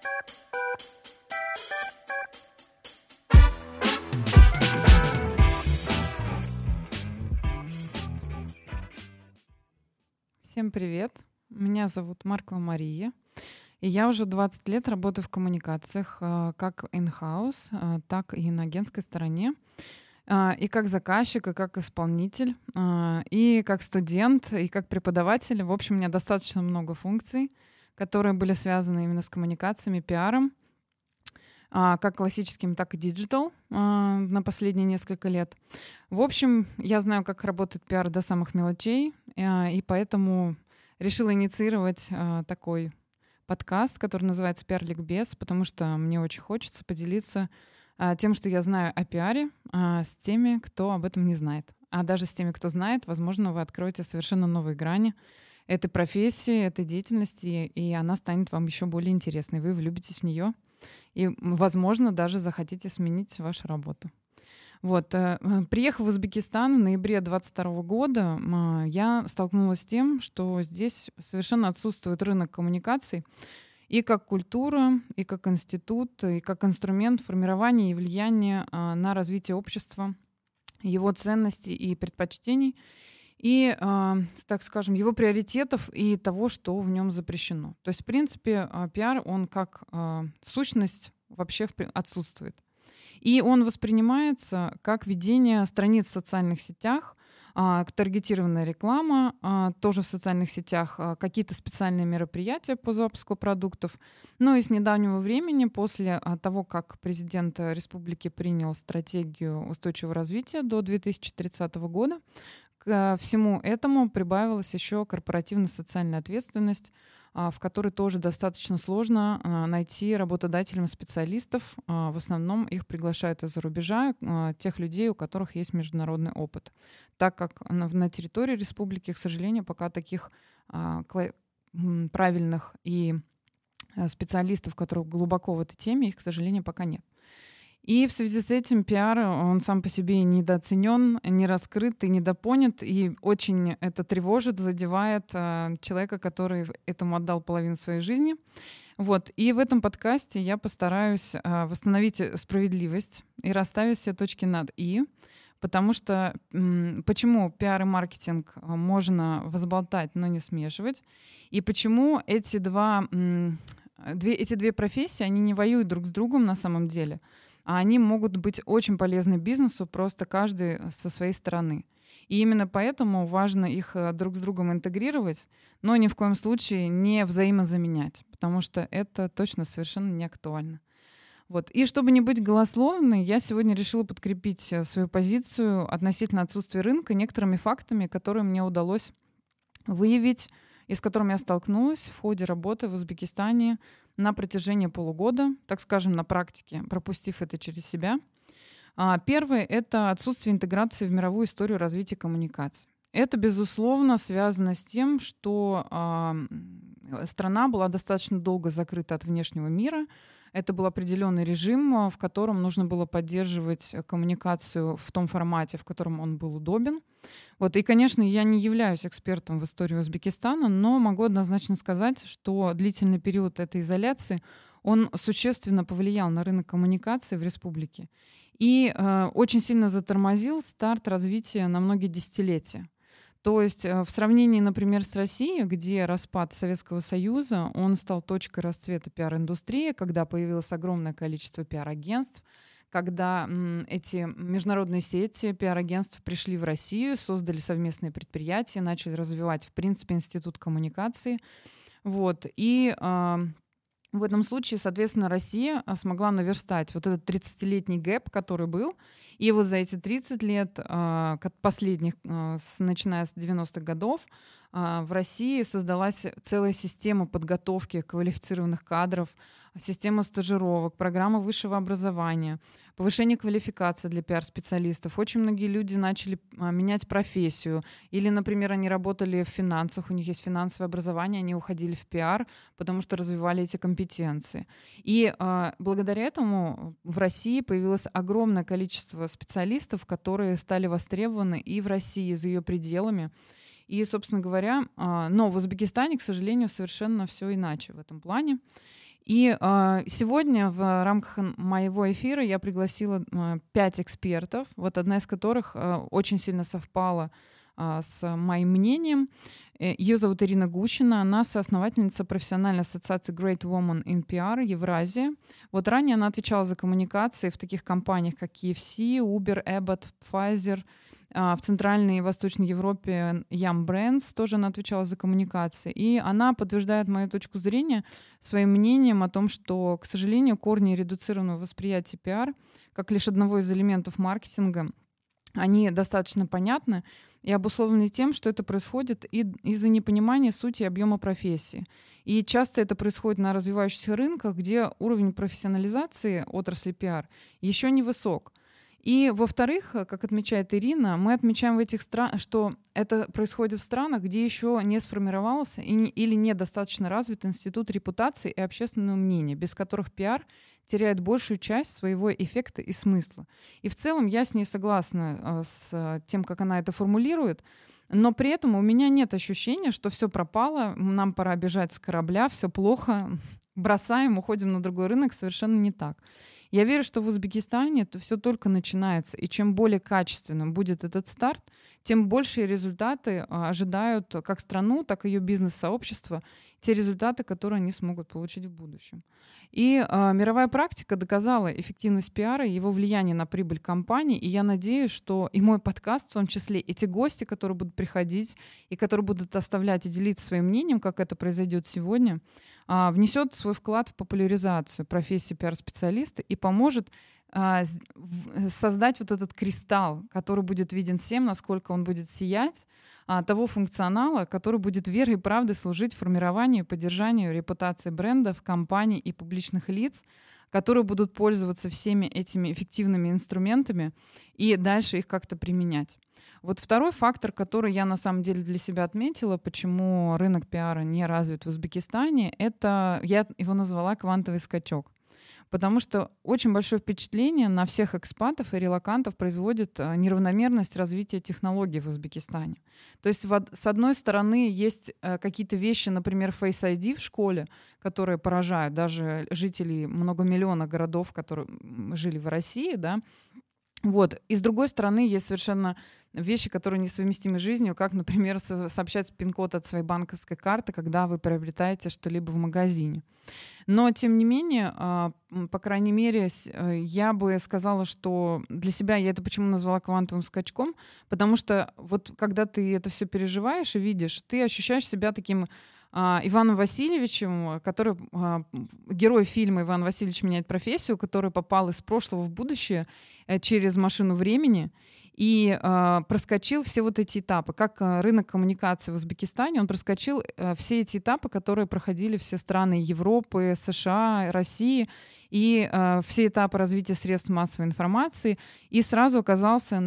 Всем привет! Меня зовут Маркова Мария, и я уже 20 лет работаю в коммуникациях как in-house, так и на агентской стороне, и как заказчик, и как исполнитель, и как студент, и как преподаватель. В общем, у меня достаточно много функций, которые были связаны именно с коммуникациями, пиаром, как классическим, так и диджитал на последние несколько лет. В общем, я знаю, как работает пиар до самых мелочей, и поэтому решила инициировать такой подкаст, который называется «Пиар-ликбез», потому что мне очень хочется поделиться тем, что я знаю о пиаре, с теми, кто об этом не знает. А даже с теми, кто знает, возможно, вы откроете совершенно новые грани этой профессии, этой деятельности, и она станет вам еще более интересной. Вы влюбитесь в нее и, возможно, даже захотите сменить вашу работу. Вот. Приехав в Узбекистан в ноябре 2022 года, я столкнулась с тем, что здесь совершенно отсутствует рынок коммуникаций и как культура, и как институт, и как инструмент формирования и влияния на развитие общества, его ценностей и предпочтений, и, так скажем, его приоритетов и того, что в нем запрещено. То есть, в принципе, пиар, он как сущность вообще отсутствует. И он воспринимается как ведение страниц в социальных сетях, таргетированная реклама, тоже в социальных сетях, какие-то специальные мероприятия по запуску продуктов. Ну и с недавнего времени, после того, как президент республики принял стратегию устойчивого развития до 2030 года, к всему этому прибавилась еще корпоративно-социальная ответственность, в которой тоже достаточно сложно найти работодателям специалистов. В основном их приглашают из-за рубежа, тех людей, у которых есть международный опыт. Так как на территории республики, к сожалению, пока таких правильных и специалистов, которые глубоко в этой теме, их, к сожалению, пока нет. И в связи с этим пиар, он сам по себе недооценен, не раскрыт и недопонят, и очень это тревожит, задевает человека, который этому отдал половину своей жизни. Вот. И в этом подкасте я постараюсь восстановить справедливость и расставить все точки над «и», потому что почему пиар и маркетинг можно возболтать, но не смешивать, и почему эти две профессии, они не воюют друг с другом на самом деле, а они могут быть очень полезны бизнесу, просто каждый со своей стороны. И именно поэтому важно их друг с другом интегрировать, но ни в коем случае не взаимозаменять, потому что это точно совершенно не актуально. Вот. И чтобы не быть голословной, я сегодня решила подкрепить свою позицию относительно отсутствия рынка некоторыми фактами, которые мне удалось выявить и с которыми я столкнулась в ходе работы в Узбекистане на протяжении полугода, так скажем, на практике, пропустив это через себя. Первое — это отсутствие интеграции в мировую историю развития коммуникаций. Это, безусловно, связано с тем, что страна была достаточно долго закрыта от внешнего мира. Это был определенный режим, в котором нужно было поддерживать коммуникацию в том формате, в котором он был удобен. Вот. И, конечно, я не являюсь экспертом в истории Узбекистана, но могу однозначно сказать, что длительный период этой изоляции, он существенно повлиял на рынок коммуникаций в республике и очень сильно затормозил старт развития на многие десятилетия. То есть в сравнении, например, с Россией, где распад Советского Союза, он стал точкой расцвета пиар-индустрии, когда появилось огромное количество пиар-агентств, когда эти международные сети пиар-агентств пришли в Россию, создали совместные предприятия, начали развивать, в принципе, институт коммуникации. Вот. И в этом случае, соответственно, Россия смогла наверстать вот этот 30-летний гэп, который был. И вот за эти 30 лет, последних, начиная с 90-х годов, в России создалась целая система подготовки квалифицированных кадров, система стажировок, программа высшего образования, повышение квалификации для пиар-специалистов. Очень многие люди начали менять профессию. Или, например, они работали в финансах, у них есть финансовое образование, они уходили в пиар, потому что развивали эти компетенции. И благодаря этому в России появилось огромное количество специалистов, которые стали востребованы и в России, и за ее пределами. И, собственно говоря, но в Узбекистане, к сожалению, совершенно все иначе в этом плане. И сегодня в рамках моего эфира я пригласила 5 экспертов, вот одна из которых очень сильно совпала с моим мнением. Ее зовут Ирина Гущина, она соосновательница профессиональной ассоциации Great Women in PR Евразия. Вот ранее она отвечала за коммуникации в таких компаниях, как KFC, Uber, Abbott, Pfizer. В Центральной и Восточной Европе Yum Brands тоже она отвечала за коммуникации. И она подтверждает мою точку зрения своим мнением о том, что, к сожалению, корни редуцированного восприятия PR, как лишь одного из элементов маркетинга, они достаточно понятны и обусловлены тем, что это происходит из-за непонимания сути и объема профессии. И часто это происходит на развивающихся рынках, где уровень профессионализации отрасли PR еще не высок. И, во-вторых, как отмечает Ирина, мы отмечаем в этих странах, что это происходит в странах, где еще не сформировался или недостаточно развит институт репутации и общественного мнения, без которых пиар теряет большую часть своего эффекта и смысла. И в целом я с ней согласна с тем, как она это формулирует, но при этом у меня нет ощущения, что все пропало, нам пора бежать с корабля, все плохо, бросаем, уходим на другой рынок. Совершенно не так. Я верю, что в Узбекистане это все только начинается. И чем более качественным будет этот старт, тем большие результаты ожидают как страну, так и ее бизнес-сообщество, те результаты, которые они смогут получить в будущем. И мировая практика доказала эффективность пиара и его влияние на прибыль компаний. И я надеюсь, что и мой подкаст, в том числе эти гости, которые будут приходить и которые будут оставлять и делиться своим мнением, как это произойдет сегодня, внесет свой вклад в популяризацию профессии пиар-специалиста и поможет создать вот этот кристалл, который будет виден всем, насколько он будет сиять, того функционала, который будет верой и правдой служить формированию и поддержанию репутации брендов, компаний и публичных лиц, которые будут пользоваться всеми этими эффективными инструментами и дальше их как-то применять. Вот второй фактор, который я на самом деле для себя отметила, почему рынок пиара не развит в Узбекистане, это, я его назвала квантовый скачок. Потому что очень большое впечатление на всех экспатов и релокантов производит неравномерность развития технологий в Узбекистане. То есть с одной стороны есть какие-то вещи, например, Face ID в школе, которые поражают даже жителей многомиллионных городов, которые жили в России, да. Вот. И с другой стороны, есть совершенно вещи, которые несовместимы с жизнью, как, например, сообщать пин-код от своей банковской карты, когда вы приобретаете что-либо в магазине. Но, тем не менее, по крайней мере, я бы сказала, что для себя я это почему назвала квантовым скачком, потому что вот когда ты это все переживаешь и видишь, ты ощущаешь себя таким Иваном Васильевичем, который герой фильма «Иван Васильевич меняет профессию», который попал из прошлого в будущее через машину времени и проскочил все вот эти этапы. Как рынок коммуникации в Узбекистане, он проскочил все эти этапы, которые проходили все страны Европы, США, России, и все этапы развития средств массовой информации, и сразу оказался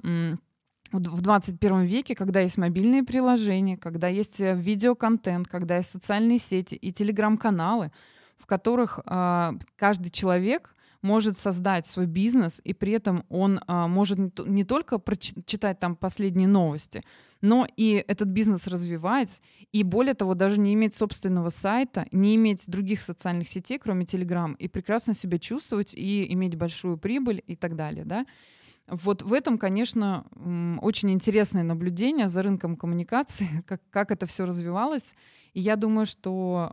в 21 веке, когда есть мобильные приложения, когда есть видеоконтент, когда есть социальные сети и телеграм-каналы, в которых каждый человек может создать свой бизнес, и при этом он может не только прочитать там последние новости, но и этот бизнес развивать, и более того, даже не иметь собственного сайта, не иметь других социальных сетей, кроме Telegram, и прекрасно себя чувствовать, и иметь большую прибыль и так далее, да. Вот в этом, конечно, очень интересное наблюдение за рынком коммуникации, как это все развивалось. И я думаю, что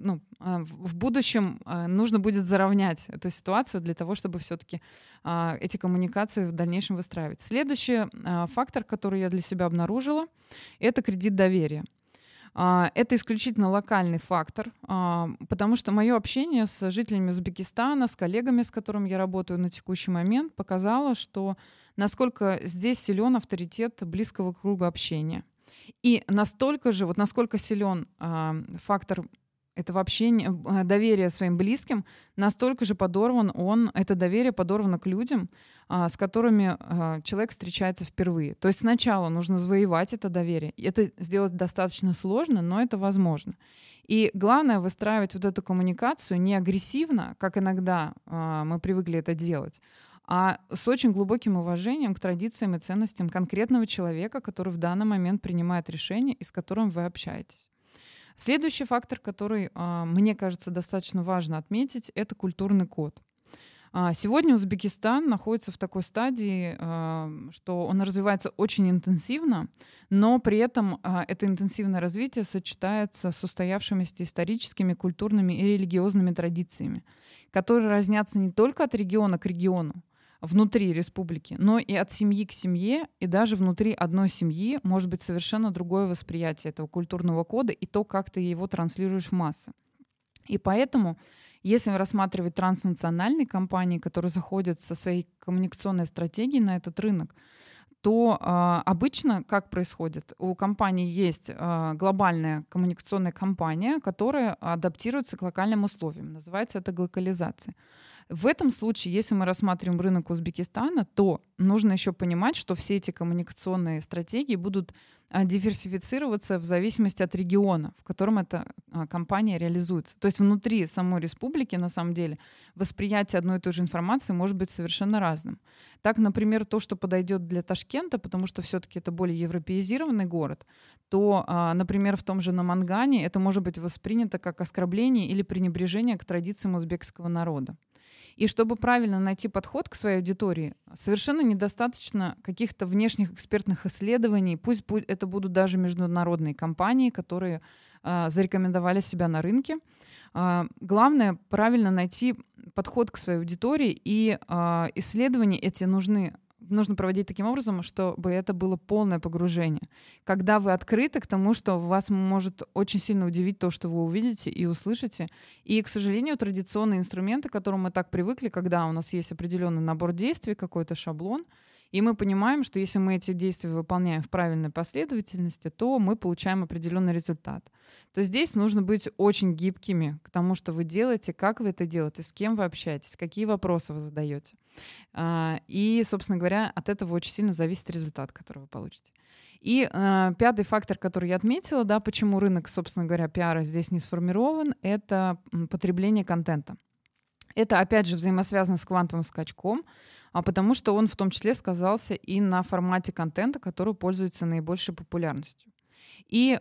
в будущем нужно будет заровнять эту ситуацию для того, чтобы все-таки эти коммуникации в дальнейшем выстраивать. Следующий фактор, который я для себя обнаружила, это кредит доверия. Это исключительно локальный фактор, потому что мое общение с жителями Узбекистана, с коллегами, с которыми я работаю на текущий момент, показало, что насколько здесь силен авторитет близкого круга общения. И настолько же, вот насколько силен фактор этого общения, доверия своим близким, настолько же это доверие подорвано к людям, с которыми человек встречается впервые. То есть сначала нужно завоевать это доверие. Это сделать достаточно сложно, но это возможно. И главное выстраивать вот эту коммуникацию не агрессивно, как иногда мы привыкли это делать, а с очень глубоким уважением к традициям и ценностям конкретного человека, который в данный момент принимает решение и с которым вы общаетесь. Следующий фактор, который, мне кажется, достаточно важно отметить, это культурный код. Сегодня Узбекистан находится в такой стадии, что он развивается очень интенсивно, но при этом это интенсивное развитие сочетается с устоявшимися историческими, культурными и религиозными традициями, которые разнятся не только от региона к региону, внутри республики, но и от семьи к семье, и даже внутри одной семьи может быть совершенно другое восприятие этого культурного кода и то, как ты его транслируешь в массы. И поэтому, если рассматривать транснациональные компании, которые заходят со своей коммуникационной стратегией на этот рынок, то обычно как происходит? У компании есть глобальная коммуникационная кампания, которая адаптируется к локальным условиям. Называется это глокализация. В этом случае, если мы рассматриваем рынок Узбекистана, то нужно еще понимать, что все эти коммуникационные стратегии будут диверсифицироваться в зависимости от региона, в котором эта компания реализуется. То есть внутри самой республики, на самом деле, восприятие одной и той же информации может быть совершенно разным. Так, например, то, что подойдет для Ташкента, потому что все-таки это более европеизированный город, то, например, в том же Намангане это может быть воспринято как оскорбление или пренебрежение к традициям узбекского народа. И чтобы правильно найти подход к своей аудитории, совершенно недостаточно каких-то внешних экспертных исследований. Пусть это будут даже международные компании, которые зарекомендовали себя на рынке. Главное правильно найти подход к своей аудитории, и исследования эти нужно проводить таким образом, чтобы это было полное погружение. Когда вы открыты к тому, что вас может очень сильно удивить то, что вы увидите и услышите. И, к сожалению, традиционные инструменты, к которым мы так привыкли, когда у нас есть определенный набор действий, какой-то шаблон, и мы понимаем, что если мы эти действия выполняем в правильной последовательности, то мы получаем определенный результат. То здесь нужно быть очень гибкими к тому, что вы делаете, как вы это делаете, с кем вы общаетесь, какие вопросы вы задаете. И, собственно говоря, от этого очень сильно зависит результат, который вы получите. И пятый фактор, который я отметила, да, почему рынок, собственно говоря, пиара здесь не сформирован, это потребление контента. Это, опять же, взаимосвязано с квантовым скачком, потому что он в том числе сказался и на формате контента, который пользуется наибольшей популярностью. И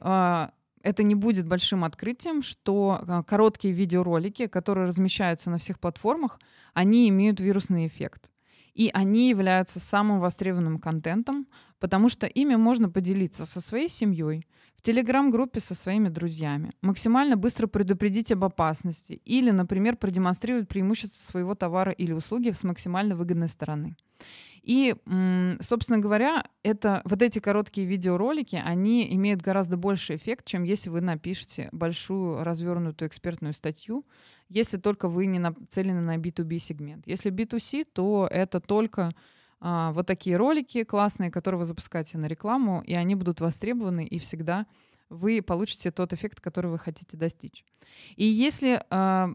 это не будет большим открытием, что короткие видеоролики, которые размещаются на всех платформах, они имеют вирусный эффект. И они являются самым востребованным контентом, потому что ими можно поделиться со своей семьей, в телеграм-группе со своими друзьями, максимально быстро предупредить об опасности или, например, продемонстрировать преимущество своего товара или услуги с максимально выгодной стороны. И, собственно говоря, вот эти короткие видеоролики, они имеют гораздо больший эффект, чем если вы напишете большую развернутую экспертную статью, если только вы не нацелены на B2B сегмент. Если B2C, то это только вот такие ролики классные, которые вы запускаете на рекламу, и они будут востребованы, и всегда вы получите тот эффект, который вы хотите достичь. И если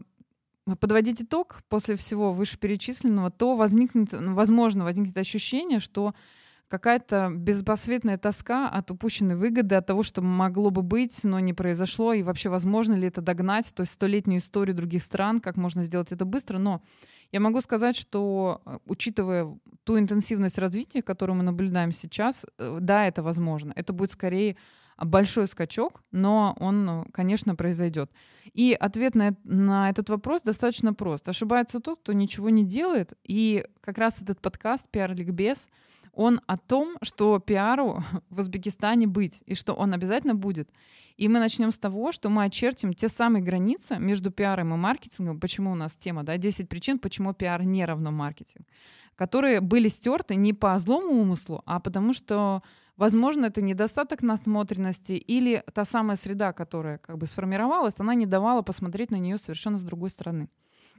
подводить итог после всего вышеперечисленного, то возможно возникнет ощущение, что какая-то беспросветная тоска от упущенной выгоды, от того, что могло бы быть, но не произошло, и вообще возможно ли это догнать, то есть 100-летнюю историю других стран, как можно сделать это быстро. Но я могу сказать, что, учитывая ту интенсивность развития, которую мы наблюдаем сейчас, да, это возможно. Это будет скорее большой скачок, но он, конечно, произойдет. И ответ на этот вопрос достаточно прост. Ошибается тот, кто ничего не делает. И как раз этот подкаст «Пиар-ликбез», он о том, что пиару в Узбекистане быть, и что он обязательно будет. И мы начнем с того, что мы очертим те самые границы между пиаром и маркетингом. Почему у нас тема, да, 10 причин, почему пиар не равно маркетинг, которые были стерты не по злому умыслу, а потому что, возможно, это недостаток насмотренности или та самая среда, которая как бы сформировалась, она не давала посмотреть на нее совершенно с другой стороны.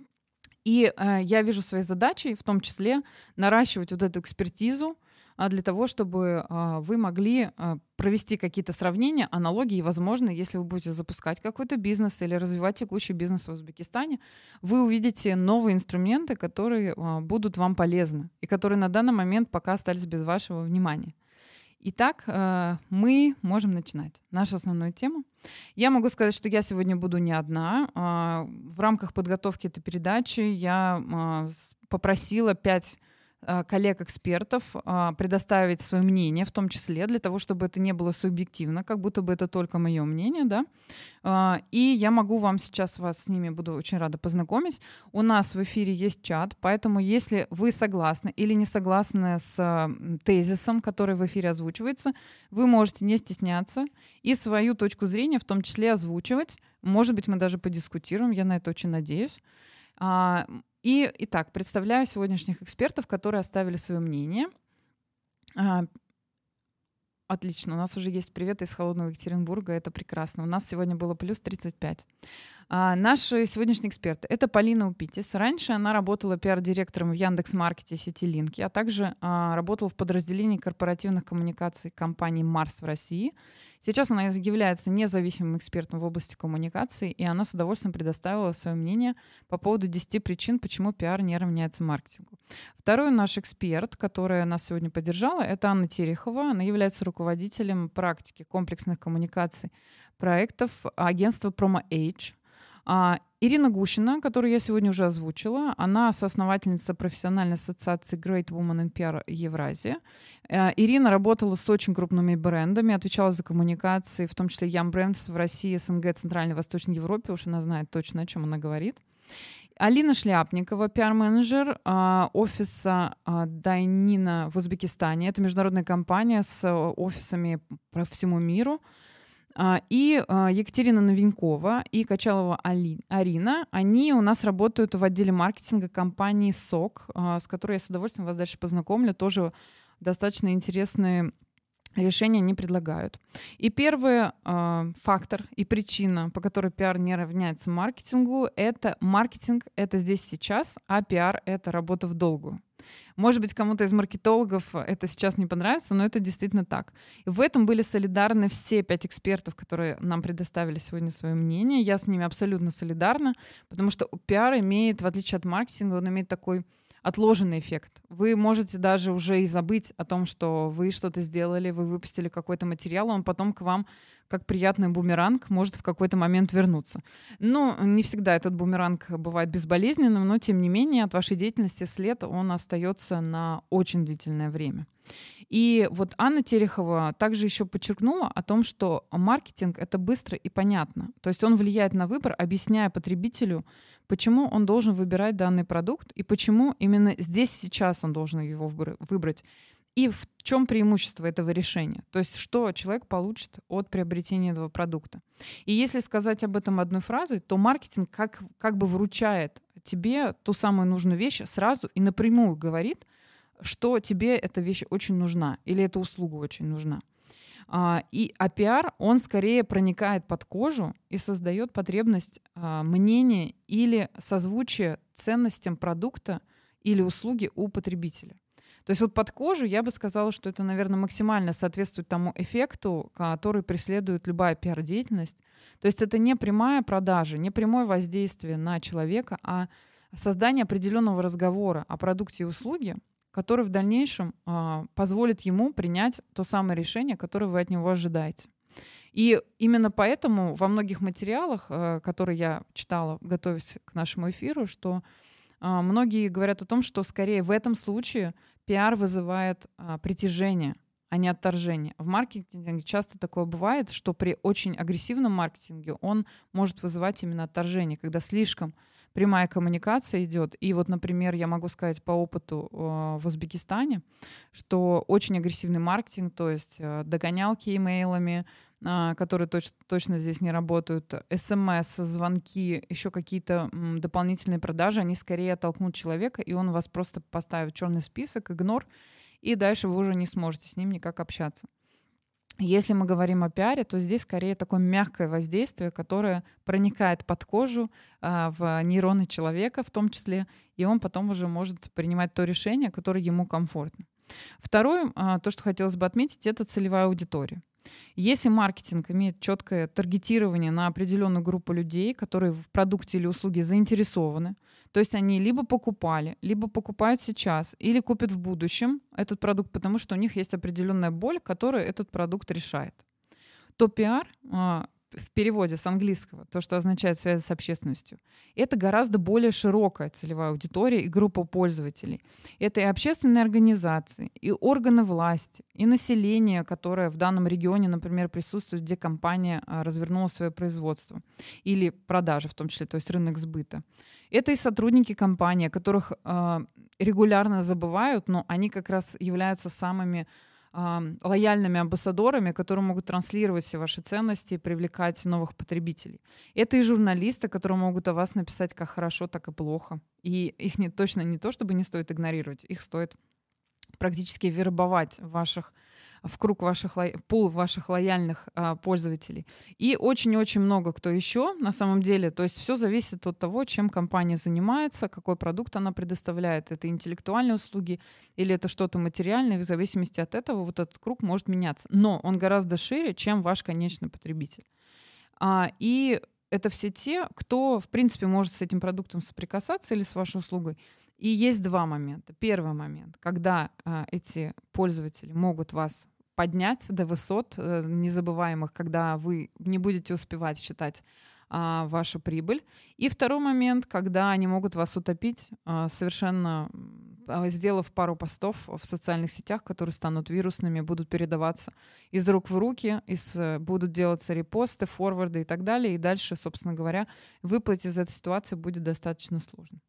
И я вижу своей задачей в том числе наращивать вот эту экспертизу, для того, чтобы вы могли провести какие-то сравнения, аналогии. Возможно, если вы будете запускать какой-то бизнес или развивать текущий бизнес в Узбекистане, вы увидите новые инструменты, которые будут вам полезны и которые на данный момент пока остались без вашего внимания. Итак, мы можем начинать нашу основную тему. Я могу сказать, что я сегодня буду не одна. В рамках подготовки этой передачи я попросила 5 коллег-экспертов, предоставить свое мнение, в том числе для того, чтобы это не было субъективно, как будто бы это только мое мнение, да. И я могу вам сейчас, вас с ними буду очень рада познакомить. У нас в эфире есть чат, поэтому если вы согласны или не согласны с тезисом, который в эфире озвучивается, вы можете не стесняться и свою точку зрения в том числе озвучивать. Может быть, мы даже подискутируем, я на это очень надеюсь. Итак, представляю сегодняшних экспертов, которые оставили свое мнение. Отлично, у нас уже есть привет из холодного Екатеринбурга, это прекрасно. У нас сегодня было плюс 35. Наши сегодняшние эксперты — это Полина Упитис. Раньше она работала пиар-директором в Яндекс.Маркете сети Линки, а также работала в подразделении корпоративных коммуникаций компании «Марс» в России. Сейчас она является независимым экспертом в области коммуникаций, и она с удовольствием предоставила свое мнение по поводу 10 причин, почему пиар не равняется маркетингу. Второй наш эксперт, которая нас сегодня поддержала, это Анна Терехова. Она является руководителем практики комплексных коммуникаций проектов агентства PromoAge. Ирина Гущина, которую я сегодня уже озвучила, она соосновательница профессиональной ассоциации Great Women in PR Евразия. Ирина работала с очень крупными брендами, отвечала за коммуникации, в том числе Yum Brands в России, СНГ, Центральной и Восточной Европе. Уж она знает точно, о чем она говорит. Алина Шляпникова, пиар-менеджер офиса Дайнина в Узбекистане. Это международная компания с офисами по всему миру. И Екатерина Новенькова и Качалова Арина, они у нас работают в отделе маркетинга компании СОК, с которой я с удовольствием вас дальше познакомлю. Тоже достаточно интересные решения они предлагают. И первый фактор и причина, по которой пиар не равняется маркетингу, это маркетинг — это здесь сейчас, а пиар — это работа в долгую. Может быть, кому-то из маркетологов это сейчас не понравится, но это действительно так. И в этом были солидарны все 5 экспертов, которые нам предоставили сегодня свое мнение. Я с ними абсолютно солидарна, потому что пиар имеет, в отличие от маркетинга, он имеет такой отложенный эффект. Вы можете даже уже и забыть о том, что вы что-то сделали, вы выпустили какой-то материал, он потом к вам, как приятный бумеранг, может в какой-то момент вернуться. Но не всегда этот бумеранг бывает безболезненным, но тем не менее от вашей деятельности след, он остается на очень длительное время. И вот Анна Терехова также еще подчеркнула о том, что маркетинг — это быстро и понятно. То есть он влияет на выбор, объясняя потребителю, почему он должен выбирать данный продукт и почему именно здесь и сейчас он должен его выбрать. И в чем преимущество этого решения? То есть что человек получит от приобретения этого продукта. И если сказать об этом одной фразой, то маркетинг как бы вручает тебе ту самую нужную вещь сразу и напрямую говорит, что тебе эта вещь очень нужна или эта услуга очень нужна. А пиар, он скорее проникает под кожу и создает потребность мнения или созвучия ценностям продукта или услуги у потребителя. То есть вот под кожу я бы сказала, что это, наверное, максимально соответствует тому эффекту, который преследует любая пиар-деятельность. То есть это не прямая продажа, не прямое воздействие на человека, а создание определенного разговора о продукте и услуге, который в дальнейшем позволит ему принять то самое решение, которое вы от него ожидаете. И именно поэтому во многих материалах, которые я читала, готовясь к нашему эфиру, что многие говорят о том, что скорее в этом случае пиар вызывает притяжение, а не отторжение. В маркетинге часто такое бывает, что при очень агрессивном маркетинге он может вызывать именно отторжение, когда слишком прямая коммуникация идет. И вот, например, я могу сказать по опыту в Узбекистане, что очень агрессивный маркетинг, то есть догонялки имейлами, которые точно здесь не работают, СМС, звонки, еще какие-то дополнительные продажи, они скорее оттолкнут человека, и он вас просто поставит в черный список, игнор, и дальше вы уже не сможете с ним никак общаться. Если мы говорим о пиаре, то здесь скорее такое мягкое воздействие, которое проникает под кожу, в нейроны человека в том числе, и он потом уже может принимать то решение, которое ему комфортно. Второе, то, что хотелось бы отметить, это целевая аудитория. Если маркетинг имеет четкое таргетирование на определенную группу людей, которые в продукте или услуге заинтересованы, то есть они либо покупали, либо покупают сейчас, или купят в будущем этот продукт, потому что у них есть определенная боль, которую этот продукт решает, то пиар в переводе с английского, то, что означает связь с общественностью, это гораздо более широкая целевая аудитория и группа пользователей. Это и общественные организации, и органы власти, и население, которое в данном регионе, например, присутствует, где компания развернула свое производство или продажи в том числе, то есть рынок сбыта. Это и сотрудники компании, о которых регулярно забывают, но они как раз являются самыми лояльными амбассадорами, которые могут транслировать все ваши ценности и привлекать новых потребителей. Это и журналисты, которые могут о вас написать как хорошо, так и плохо. И их точно не то, чтобы не стоит игнорировать, их стоит практически вербовать в круг пул ваших лояльных пользователей. И очень-очень много кто еще на самом деле. То есть все зависит от того, чем компания занимается, какой продукт она предоставляет. Это интеллектуальные услуги или это что-то материальное. В зависимости от этого вот этот круг может меняться. Но он гораздо шире, чем ваш конечный потребитель. И это все те, кто, в принципе, может с этим продуктом соприкасаться или с вашей услугой. И есть два момента. Первый момент, когда эти пользователи могут вас поднять до высот незабываемых, когда вы не будете успевать считать вашу прибыль. И второй момент, когда они могут вас утопить, совершенно сделав пару постов в социальных сетях, которые станут вирусными, будут передаваться из рук в руки, будут делаться репосты, форварды и так далее. И дальше, собственно говоря, выплыть из этой ситуации будет достаточно сложно.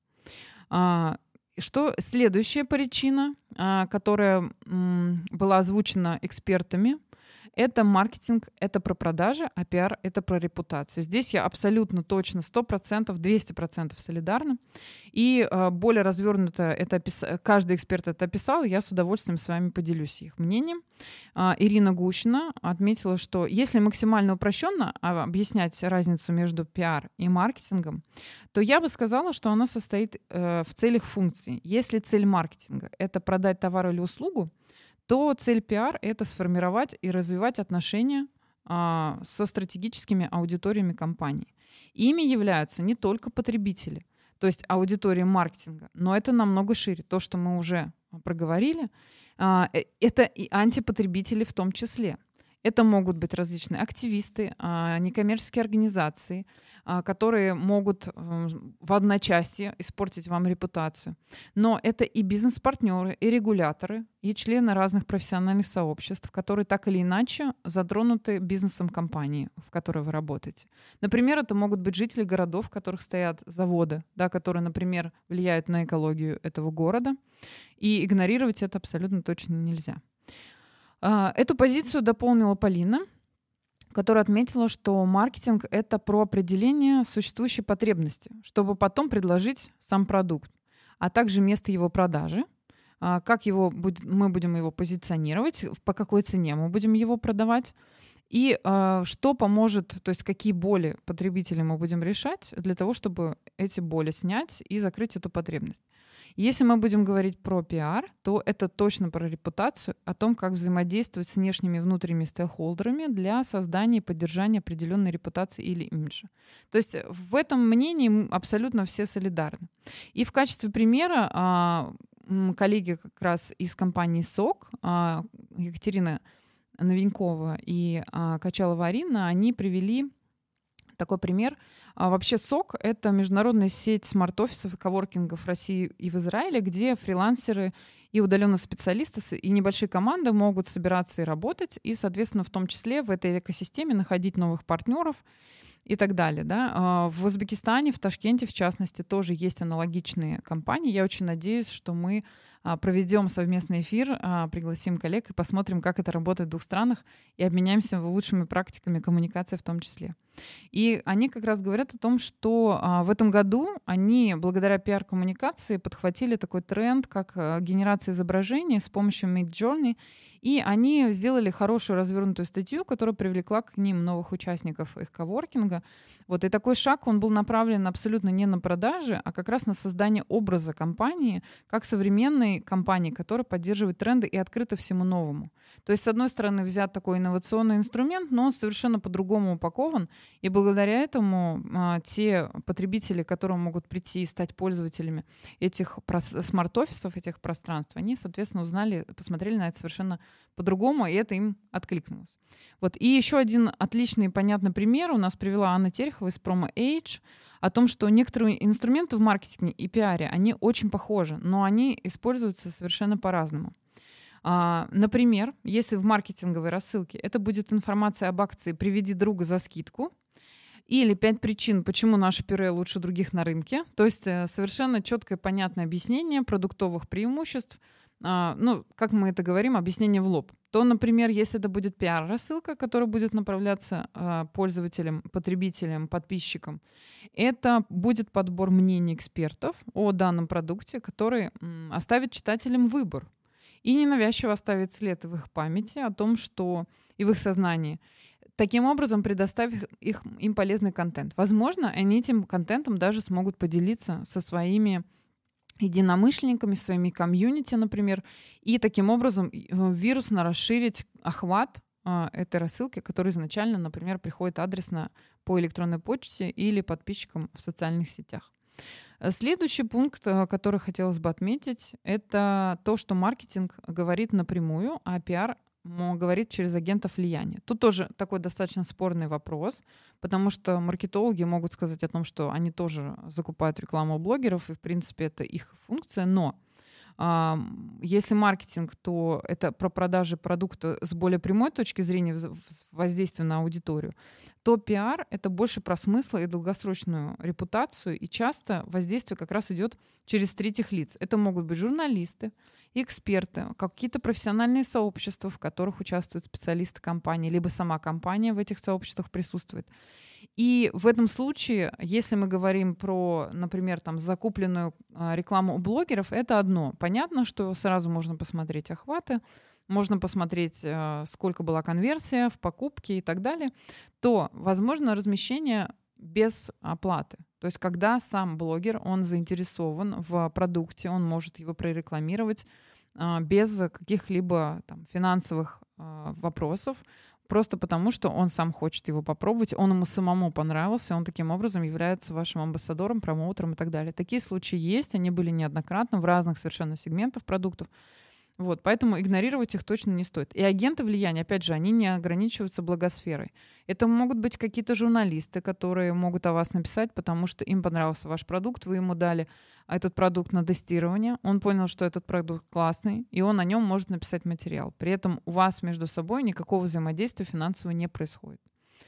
Что следующая причина, которая была озвучена экспертами, это маркетинг, это про продажи, а пиар — это про репутацию. Здесь я абсолютно точно 100%, 200% солидарна. И более развернуто каждый эксперт это описал, и я с удовольствием с вами поделюсь их мнением. Ирина Гущина отметила, что если максимально упрощенно объяснять разницу между пиар и маркетингом, то я бы сказала, что она состоит в целях функций. Если цель маркетинга — это продать товар или услугу, то цель пиар — это сформировать и развивать отношения со стратегическими аудиториями компании. Ими являются не только потребители, то есть аудитория маркетинга, но это намного шире. То, что мы уже проговорили, это и антипотребители в том числе. Это могут быть различные активисты, некоммерческие организации, которые могут в одночасье испортить вам репутацию. Но это и бизнес-партнеры, и регуляторы, и члены разных профессиональных сообществ, которые так или иначе затронуты бизнесом компании, в которой вы работаете. Например, это могут быть жители городов, в которых стоят заводы, которые, например, влияют на экологию этого города. И игнорировать это абсолютно точно нельзя. Эту позицию дополнила Полина, которая отметила, что маркетинг — это про определение существующей потребности, чтобы потом предложить сам продукт, а также место его продажи, как мы будем его позиционировать, по какой цене мы будем его продавать, и что поможет, то есть какие боли потребителя мы будем решать для того, чтобы эти боли снять и закрыть эту потребность. Если мы будем говорить про пиар, то это точно про репутацию, о том, как взаимодействовать с внешними и внутренними стейкхолдерами для создания и поддержания определенной репутации или имиджа. То есть в этом мнении абсолютно все солидарны. И в качестве примера коллеги как раз из компании СОК, Екатерина Новенькова и Качалова Арина, они привели такой пример. Вообще СОК — это международная сеть смарт-офисов и коворкингов в России и в Израиле, где фрилансеры и удаленные специалисты и небольшие команды могут собираться и работать, и, соответственно, в том числе в этой экосистеме находить новых партнеров и так далее. Да? В Узбекистане, в Ташкенте, в частности, тоже есть аналогичные компании. Я очень надеюсь, что мы проведем совместный эфир, пригласим коллег и посмотрим, как это работает в двух странах, и обменяемся лучшими практиками коммуникации в том числе. И они как раз говорят о том, что в этом году они, благодаря пиар-коммуникации, подхватили такой тренд, как генерация изображений с помощью Midjourney, и они сделали хорошую развернутую статью, которая привлекла к ним новых участников их коворкинга. Вот, и такой шаг, он был направлен абсолютно не на продажи, а как раз на создание образа компании, как современной компании, которая поддерживает тренды и открыта всему новому. То есть, с одной стороны, взят такой инновационный инструмент, но он совершенно по-другому упакован, и благодаря этому те потребители, которые могут прийти и стать пользователями этих смарт-офисов, этих пространств, они, соответственно, посмотрели на это совершенно по-другому, и это им откликнулось. Вот. И еще один отличный и понятный пример у нас привела Анна Терехова из Promo Age о том, что некоторые инструменты в маркетинге и пиаре, они очень похожи, но они используются совершенно по-разному. Например, если в маркетинговой рассылке это будет информация об акции «Приведи друга за скидку», или 5 причин, почему наше пюре лучше других на рынке. То есть совершенно четкое, понятное объяснение продуктовых преимуществ. Как мы это говорим, объяснение в лоб. То, например, если это будет пиар-рассылка, которая будет направляться пользователям, потребителям, подписчикам, это будет подбор мнений экспертов о данном продукте, который оставит читателям выбор и ненавязчиво оставит след в их памяти о том, что и в их сознании. Таким образом, предоставив им полезный контент. Возможно, они этим контентом даже смогут поделиться со своими единомышленниками, своими комьюнити, например, и таким образом вирусно расширить охват этой рассылки, которая изначально, например, приходит адресно по электронной почте или подписчикам в социальных сетях. Следующий пункт, который хотелось бы отметить, это то, что маркетинг говорит напрямую, а пиар говорит через агентов влияния. Тут тоже такой достаточно спорный вопрос, потому что маркетологи могут сказать о том, что они тоже закупают рекламу у блогеров, и, в принципе, это их функция, но если маркетинг, то это про продажи продукта с более прямой точки зрения воздействия на аудиторию, то пиар — это больше про смысл и долгосрочную репутацию, и часто воздействие как раз идет через третьих лиц. Это могут быть журналисты, эксперты, какие-то профессиональные сообщества, в которых участвуют специалисты компании, либо сама компания в этих сообществах присутствует. И в этом случае, если мы говорим про, например, закупленную рекламу у блогеров, это одно. Понятно, что сразу можно посмотреть охваты, можно посмотреть, сколько была конверсия в покупке и так далее, то возможно размещение без оплаты. То есть когда сам блогер, он заинтересован в продукте, он может его прорекламировать без каких-либо финансовых вопросов, просто потому, что он сам хочет его попробовать, он ему самому понравился, он таким образом является вашим амбассадором, промоутером и так далее. Такие случаи есть, они были неоднократно в разных совершенно сегментах продуктов. Вот, поэтому игнорировать их точно не стоит. И агенты влияния, опять же, они не ограничиваются благосферой. Это могут быть какие-то журналисты, которые могут о вас написать, потому что им понравился ваш продукт, вы ему дали этот продукт на тестирование, он понял, что этот продукт классный, и он о нем может написать материал. При этом у вас между собой никакого взаимодействия финансового не происходит.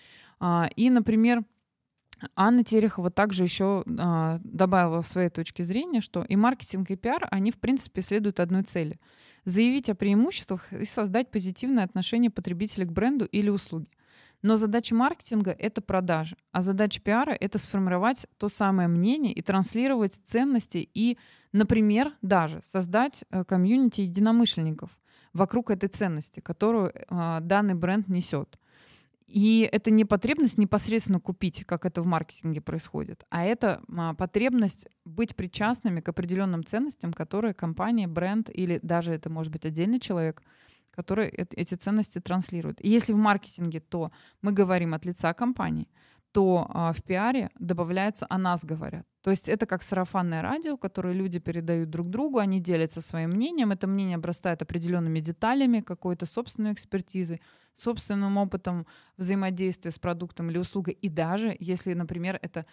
И, например, Анна Терехова также еще добавила в своей точке зрения, что и маркетинг, и пиар, они, в принципе, следуют одной цели — заявить о преимуществах и создать позитивное отношение потребителя к бренду или услуге. Но задача маркетинга — это продажи, а задача пиара — это сформировать то самое мнение и транслировать ценности и, например, даже создать комьюнити единомышленников вокруг этой ценности, которую данный бренд несет. И это не потребность непосредственно купить, как это в маркетинге происходит, а это потребность быть причастными к определенным ценностям, которые компания, бренд или даже это может быть отдельный человек, который эти ценности транслирует. И если в маркетинге, то мы говорим от лица компании, то в пиаре добавляется «о нас говорят». То есть это как сарафанное радио, которое люди передают друг другу, они делятся своим мнением, это мнение обрастает определенными деталями, какой-то собственной экспертизой, собственным опытом взаимодействия с продуктом или услугой. И даже если, например, это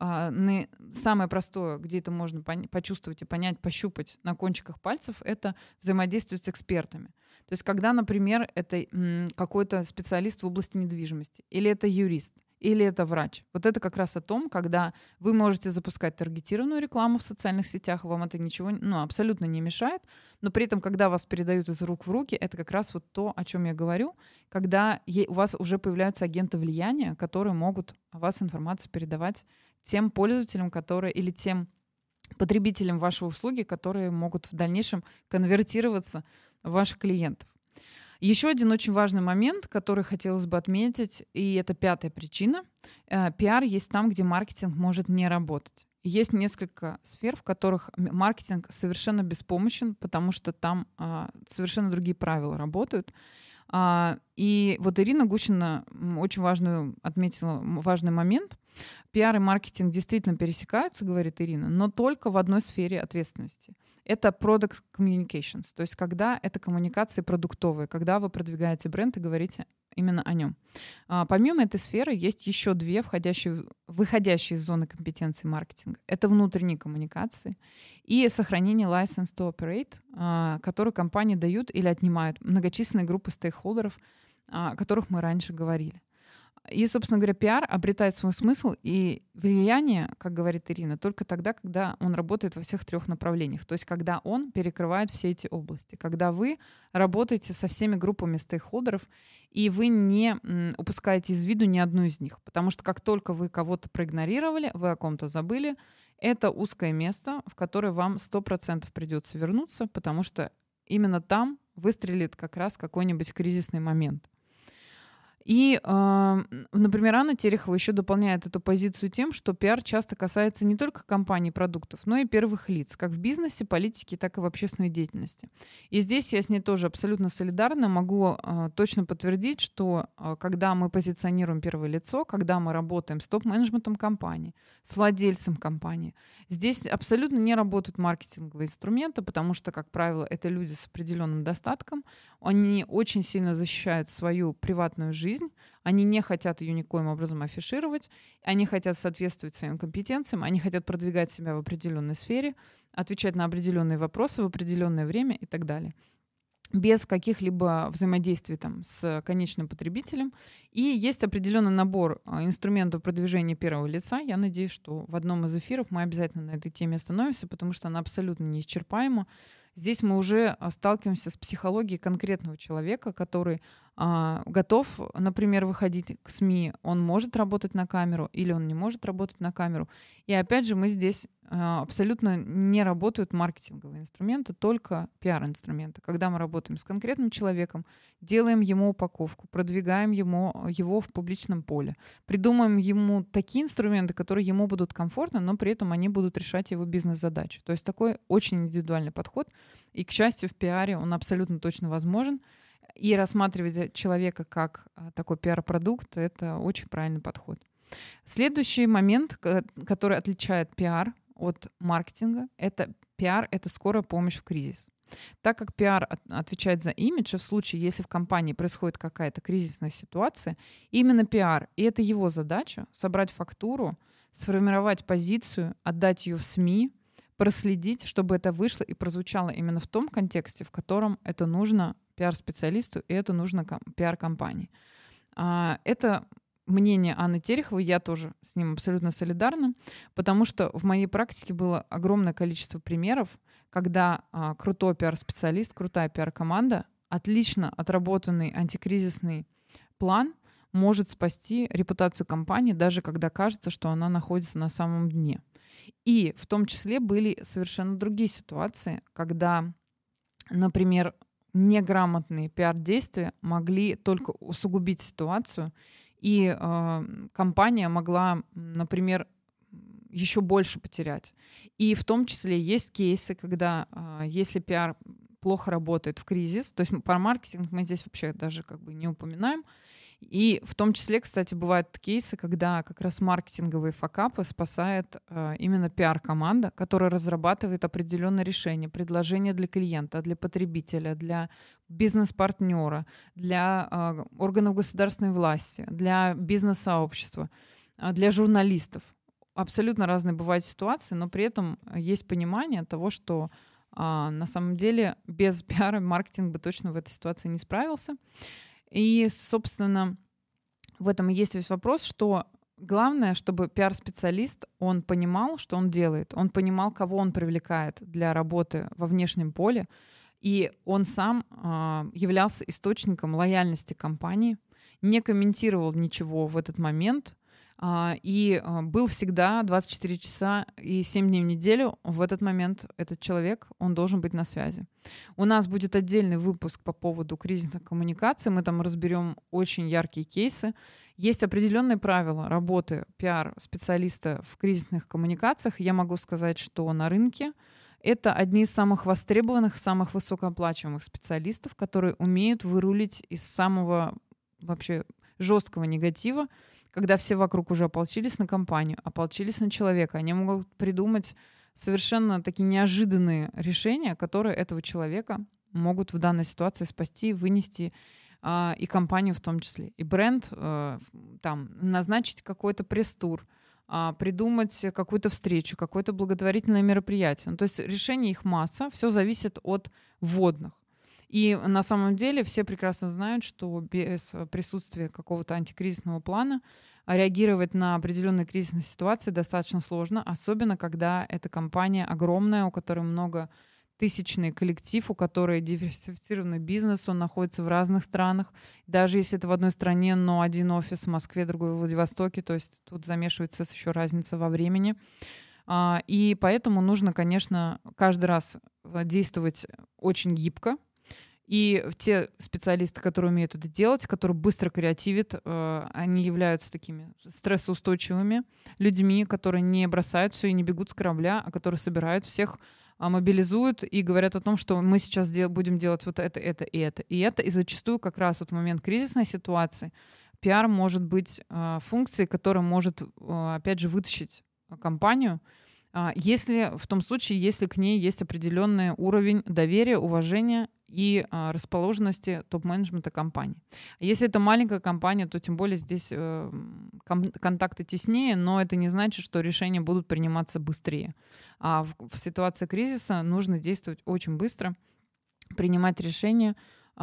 самое простое, где это можно почувствовать и понять, пощупать на кончиках пальцев, это взаимодействие с экспертами. То есть когда, например, это какой-то специалист в области недвижимости, или это юрист, или это врач. Вот это как раз о том, когда вы можете запускать таргетированную рекламу в социальных сетях, вам это ничего абсолютно не мешает, но при этом, когда вас передают из рук в руки, это как раз вот то, о чем я говорю, когда у вас уже появляются агенты влияния, которые могут о вас информацию передавать тем пользователям, или тем потребителям вашей услуги, которые могут в дальнейшем конвертироваться в ваших клиентов. Еще один очень важный момент, который хотелось бы отметить, и это 5-я причина. Пиар есть там, где маркетинг может не работать. Есть несколько сфер, в которых маркетинг совершенно беспомощен, потому что там совершенно другие правила работают. И вот Ирина Гущина очень отметила важный момент. Пиар и маркетинг действительно пересекаются, говорит Ирина, но только в одной сфере ответственности. Это product communications, то есть когда это коммуникации продуктовые, когда вы продвигаете бренд и говорите именно о нем. Помимо этой сферы есть еще две выходящие из зоны компетенции маркетинга. Это внутренние коммуникации и сохранение license to operate, который компании дают или отнимают многочисленные группы стейкхолдеров, о которых мы раньше говорили. И, собственно говоря, пиар обретает свой смысл и влияние, как говорит Ирина, только тогда, когда он работает во всех трех направлениях. То есть когда он перекрывает все эти области. Когда вы работаете со всеми группами стейкхолдеров, и вы не упускаете из виду ни одну из них. Потому что как только вы кого-то проигнорировали, вы о ком-то забыли, это узкое место, в которое вам 100% придется вернуться, потому что именно там выстрелит как раз какой-нибудь кризисный момент. И, например, Анна Терехова еще дополняет эту позицию тем, что пиар часто касается не только компаний и продуктов, но и первых лиц, как в бизнесе, политике, так и в общественной деятельности. И здесь я с ней тоже абсолютно солидарна. Могу точно подтвердить, что когда мы позиционируем первое лицо, когда мы работаем с топ-менеджментом компании, с владельцем компании, здесь абсолютно не работают маркетинговые инструменты, потому что, как правило, это люди с определенным достатком. Они очень сильно защищают свою приватную жизнь, они не хотят ее никоим образом афишировать, они хотят соответствовать своим компетенциям, они хотят продвигать себя в определенной сфере, отвечать на определенные вопросы в определенное время и так далее. Без каких-либо взаимодействий там, с конечным потребителем. И есть определенный набор инструментов продвижения первого лица. Я надеюсь, что в одном из эфиров мы обязательно на этой теме остановимся, потому что она абсолютно неисчерпаема. Здесь мы уже сталкиваемся с психологией конкретного человека, который готов, например, выходить к СМИ. Он может работать на камеру или он не может работать на камеру. И опять же, мы здесь абсолютно не работают маркетинговые инструменты, только пиар-инструменты. Когда мы работаем с конкретным человеком, делаем ему упаковку, продвигаем его в публичном поле, придумаем ему такие инструменты, которые ему будут комфортны, но при этом они будут решать его бизнес-задачи. То есть такой очень индивидуальный подход. И, к счастью, в пиаре он абсолютно точно возможен. И рассматривать человека как такой пиар-продукт — это очень правильный подход. Следующий момент, который отличает пиар от маркетинга, это пиар — это скорая помощь в кризис. Так как пиар отвечает за имидж, и в случае, если в компании происходит какая-то кризисная ситуация, именно пиар, и это его задача — собрать фактуру, сформировать позицию, отдать ее в СМИ, проследить, чтобы это вышло и прозвучало именно в том контексте, в котором это нужно пиар-специалисту, и это нужно пиар-компании. Это мнение Анны Тереховой, я тоже с ним абсолютно солидарна, потому что в моей практике было огромное количество примеров, когда крутой пиар-специалист, крутая пиар-команда, отлично отработанный антикризисный план может спасти репутацию компании, даже когда кажется, что она находится на самом дне. И в том числе были совершенно другие ситуации, когда, например, неграмотные пиар-действия могли только усугубить ситуацию, и компания могла, например, еще больше потерять. И в том числе есть кейсы, когда если пиар плохо работает в кризис, то есть про маркетинг мы здесь вообще даже как бы не упоминаем, и в том числе, кстати, бывают кейсы, когда как раз маркетинговые факапы спасает именно пиар-команда, которая разрабатывает определенные решения, предложения для клиента, для потребителя, для бизнес-партнера, для органов государственной власти, для бизнес-сообщества, для журналистов. Абсолютно разные бывают ситуации, но при этом есть понимание того, что на самом деле без пиара маркетинг бы точно в этой ситуации не справился. И, собственно, в этом и есть весь вопрос, что главное, чтобы пиар-специалист, он понимал, что он делает, он понимал, кого он привлекает для работы во внешнем поле, и он сам являлся источником лояльности компании, не комментировал ничего в этот момент, и был всегда 24 часа и 7 дней в неделю. В этот момент этот человек, он должен быть на связи. У нас будет отдельный выпуск по поводу кризисных коммуникаций. Мы там разберем очень яркие кейсы. Есть определенные правила работы пиар-специалиста в кризисных коммуникациях. Я могу сказать, что на рынке это одни из самых востребованных, самых высокооплачиваемых специалистов, которые умеют вырулить из самого вообще жесткого негатива, когда все вокруг уже ополчились на компанию, ополчились на человека. Они могут придумать совершенно такие неожиданные решения, которые этого человека могут в данной ситуации спасти, вынести, и компанию в том числе. И бренд, там, назначить какой-то пресс-тур, придумать какую-то встречу, какое-то благотворительное мероприятие. Ну, то есть решений их масса, все зависит от вводных. И на самом деле все прекрасно знают, что без присутствия какого-то антикризисного плана реагировать на определенные кризисные ситуации достаточно сложно, особенно когда эта компания огромная, у которой многотысячный коллектив, у которой диверсифицированный бизнес, он находится в разных странах. Даже если это в одной стране, но один офис в Москве, другой в Владивостоке, то есть тут замешивается еще разница во времени. И поэтому нужно, конечно, каждый раз действовать очень гибко. И те специалисты, которые умеют это делать, которые быстро креативят, они являются такими стрессоустойчивыми людьми, которые не бросают все и не бегут с корабля, а которые собирают всех, мобилизуют и говорят о том, что мы сейчас будем делать вот это и это, и это. И зачастую как раз вот в момент кризисной ситуации пиар может быть функцией, которая может, опять же, вытащить компанию, если в том случае, если к ней есть определенный уровень доверия, уважения и расположенности топ-менеджмента компании. Если это маленькая компания, то тем более здесь контакты теснее, но это не значит, что решения будут приниматься быстрее. А в ситуации кризиса нужно действовать очень быстро, принимать решения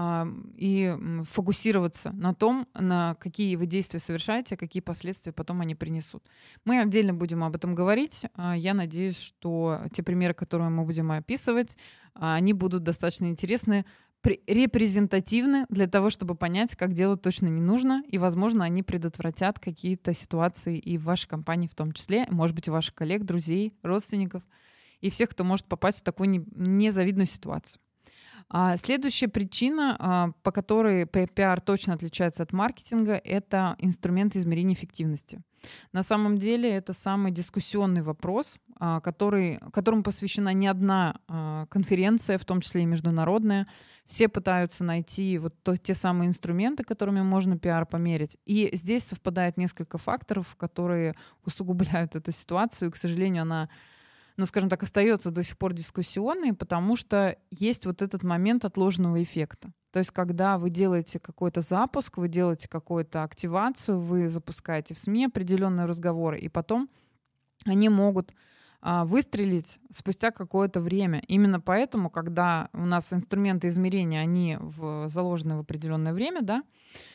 и фокусироваться на том, на какие вы действия совершаете, какие последствия потом они принесут. Мы отдельно будем об этом говорить. Я надеюсь, что те примеры, которые мы будем описывать, они будут достаточно интересны, репрезентативны для того, чтобы понять, как делать точно не нужно, и, возможно, они предотвратят какие-то ситуации и в вашей компании в том числе, может быть, у ваших коллег, друзей, родственников и всех, кто может попасть в такую незавидную ситуацию. Следующая причина, по которой пиар точно отличается от маркетинга, это инструмент измерения эффективности. На самом деле это самый дискуссионный вопрос, которому посвящена не одна конференция, в том числе и международная. Все пытаются найти вот те самые инструменты, которыми можно пиар померить. И здесь совпадает несколько факторов, которые усугубляют эту ситуацию. И, к сожалению, она, скажем так, остается до сих пор дискуссионной, потому что есть вот этот момент отложенного эффекта. То есть, когда вы делаете какой-то запуск, вы делаете какую-то активацию, вы запускаете в СМИ определенные разговоры, и потом они могут выстрелить спустя какое-то время. Именно поэтому, когда у нас инструменты измерения, они заложены в определенное время, да,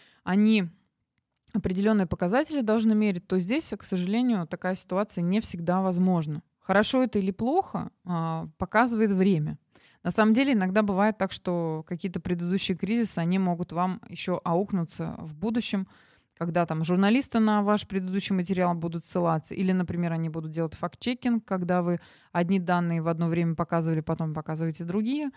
они определенные показатели должны мерить, то здесь, к сожалению, такая ситуация не всегда возможна. Хорошо это или плохо, показывает время. На самом деле иногда бывает так, что какие-то предыдущие кризисы, они могут вам еще аукнуться в будущем, когда там журналисты на ваш предыдущий материал будут ссылаться, или, например, они будут делать факт-чекинг, когда вы одни данные в одно время показывали, потом показываете другие.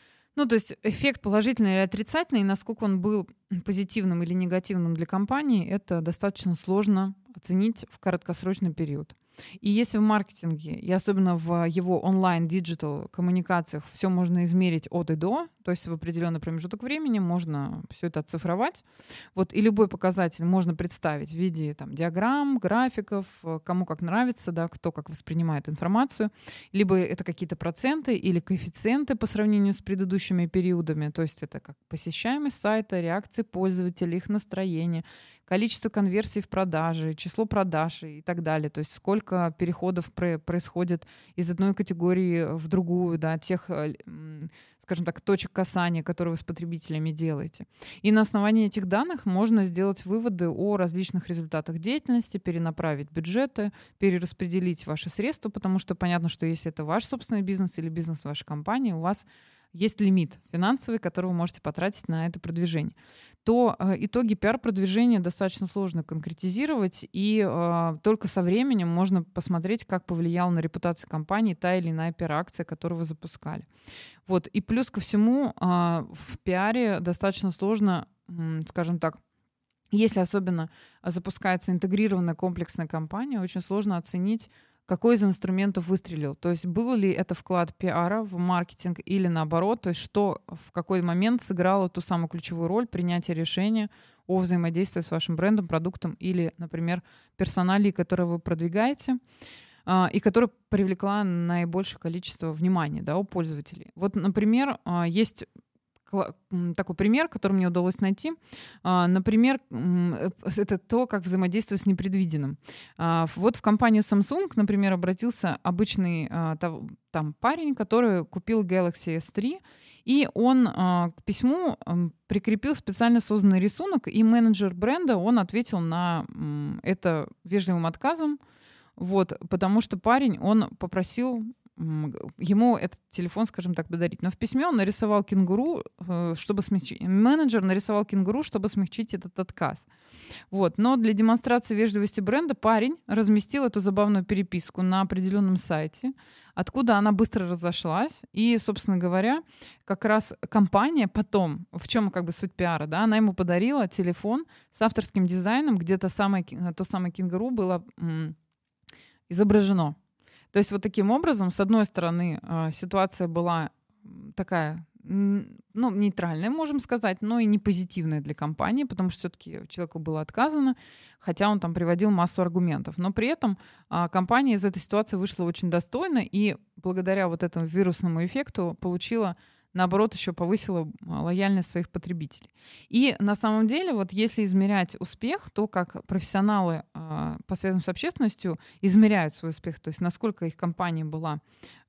То есть эффект положительный или отрицательный, насколько он был позитивным или негативным для компании, это достаточно сложно оценить в краткосрочный период. И если в маркетинге, и особенно в его онлайн-диджитал коммуникациях все можно измерить от и до, то есть в определенный промежуток времени можно все это оцифровать. И любой показатель можно представить в виде диаграмм, графиков, кому как нравится, да, кто как воспринимает информацию. Либо это какие-то проценты или коэффициенты по сравнению с предыдущими периодами. То есть это как посещаемость сайта, реакции пользователей, их настроение, количество конверсий в продаже, число продаж и так далее. То есть сколько переходов происходит из одной категории в другую, да, тех, скажем так, точек касания, которые вы с потребителями делаете. И на основании этих данных можно сделать выводы о различных результатах деятельности, перенаправить бюджеты, перераспределить ваши средства, потому что понятно, что если это ваш собственный бизнес или бизнес вашей компании, у вас есть лимит финансовый, который вы можете потратить на это продвижение, то итоги пиар-продвижения достаточно сложно конкретизировать, и только со временем можно посмотреть, как повлияла на репутацию компании та или иная пиар-акция, которую вы запускали. И плюс ко всему в пиаре достаточно сложно, скажем так, если особенно запускается интегрированная комплексная кампания, очень сложно оценить, какой из инструментов выстрелил. То есть был ли это вклад пиара в маркетинг или наоборот, то есть что в какой момент сыграло ту самую ключевую роль принятия решения о взаимодействии с вашим брендом, продуктом или, например, персоналией, которую вы продвигаете. и которая привлекла наибольшее количество внимания, да, у пользователей. Вот, например, есть такой пример, который мне удалось найти. Например, это то, как взаимодействовать с непредвиденным. Вот в компанию Samsung, например, обратился обычный там парень, который купил Galaxy S3, и он к письму прикрепил специально созданный рисунок, и менеджер бренда, он ответил на это вежливым отказом, вот, потому что парень, он попросил ему этот телефон, скажем так, подарить. Но в письме он нарисовал кенгуру, чтобы смягчить. Менеджер нарисовал кенгуру, чтобы смягчить этот отказ. Вот. Но для демонстрации вежливости бренда парень разместил эту забавную переписку на определенном сайте, откуда она быстро разошлась. И, собственно говоря, как раз компания потом, в чем как бы суть пиара, да, она ему подарила телефон с авторским дизайном, где то самое кенгуру было изображено. То есть вот таким образом, с одной стороны, ситуация была такая, нейтральная, можем сказать, но и не позитивная для компании, потому что все-таки человеку было отказано, хотя он там приводил массу аргументов. Но при этом компания из этой ситуации вышла очень достойно и благодаря вот этому вирусному эффекту получила, наоборот, еще повысила лояльность своих потребителей. И на самом деле, вот если измерять успех, то как профессионалы по связям с общественностью измеряют свой успех, то есть насколько их компания была,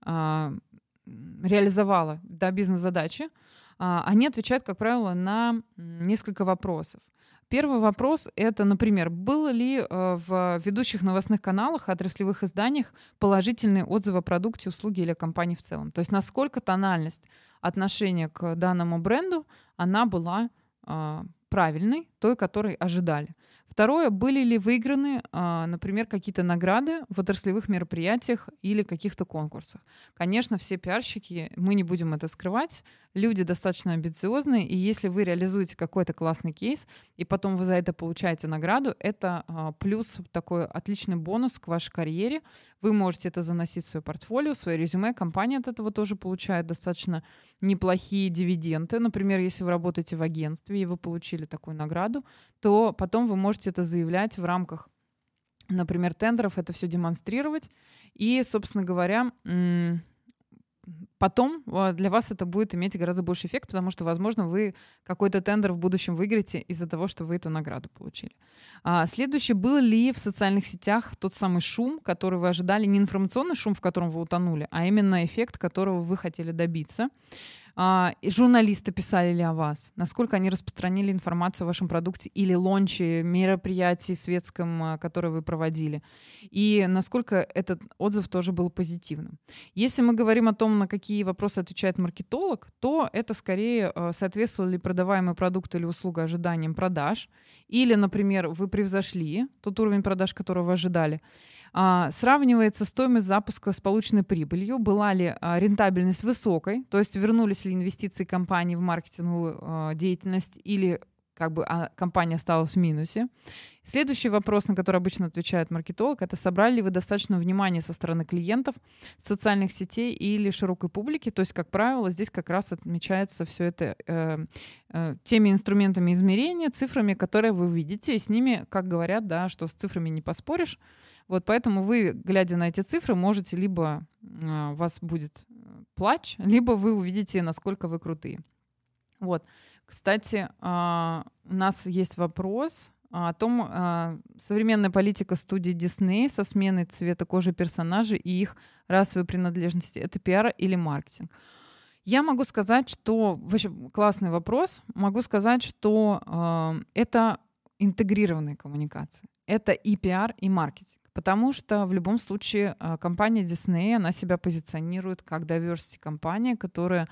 реализовала бизнес-задачи, они отвечают, как правило, на несколько вопросов. Первый вопрос — это, например, было ли в ведущих новостных каналах, отраслевых изданиях положительные отзывы о продукте, услуге или о компании в целом? То есть насколько тональность отношения к данному бренду, она была правильной, той, которой ожидали. Второе, были ли выиграны, например, какие-то награды в отраслевых мероприятиях или каких-то конкурсах. Конечно, все пиарщики, мы не будем это скрывать, люди достаточно амбициозные, и если вы реализуете какой-то классный кейс, и потом вы за это получаете награду, это плюс такой отличный бонус к вашей карьере. Вы можете это заносить в свое портфолио, в свое резюме. Компания от этого тоже получает достаточно неплохие дивиденды. Например, если вы работаете в агентстве, и вы получили такую награду, то потом вы можете это заявлять в рамках, например, тендеров, это все демонстрировать. И, собственно говоря, потом для вас это будет иметь гораздо больше эффект, потому что, возможно, вы какой-то тендер в будущем выиграете из-за того, что вы эту награду получили. Следующее, был ли в социальных сетях тот самый шум, который вы ожидали, не информационный шум, в котором вы утонули, а именно эффект, которого вы хотели добиться. И журналисты писали ли о вас? Насколько они распространили информацию о вашем продукте или лонче, мероприятии светском, которое вы проводили? И насколько этот отзыв тоже был позитивным? Если мы говорим о том, на какие вопросы отвечает маркетолог, то это скорее соответствовал ли продаваемый продукт или услуга ожиданиям продаж, или, например, вы превзошли тот уровень продаж, которого вы ожидали. Сравнивается стоимость запуска с полученной прибылью, была ли рентабельность высокой, то есть вернулись ли инвестиции компании в маркетинговую деятельность или как бы компания осталась в минусе. Следующий вопрос, на который обычно отвечает маркетолог, это собрали ли вы достаточно внимания со стороны клиентов, социальных сетей или широкой публики. То есть, как правило, здесь как раз отмечается все это теми инструментами измерения, цифрами, которые вы видите, и с ними, как говорят, да, что с цифрами не поспоришь. Вот поэтому вы, глядя на эти цифры, можете либо у вас будет плач, либо вы увидите, насколько вы крутые. Вот. Кстати, у нас есть вопрос о том, современная политика студии Disney со сменой цвета кожи персонажей и их расовой принадлежности — это пиар или маркетинг? Я могу сказать, что... Вообще классный вопрос. Могу сказать, что это интегрированные коммуникации. Это и пиар, и маркетинг. Потому что в любом случае компания Disney, она себя позиционирует как diversity компания, которая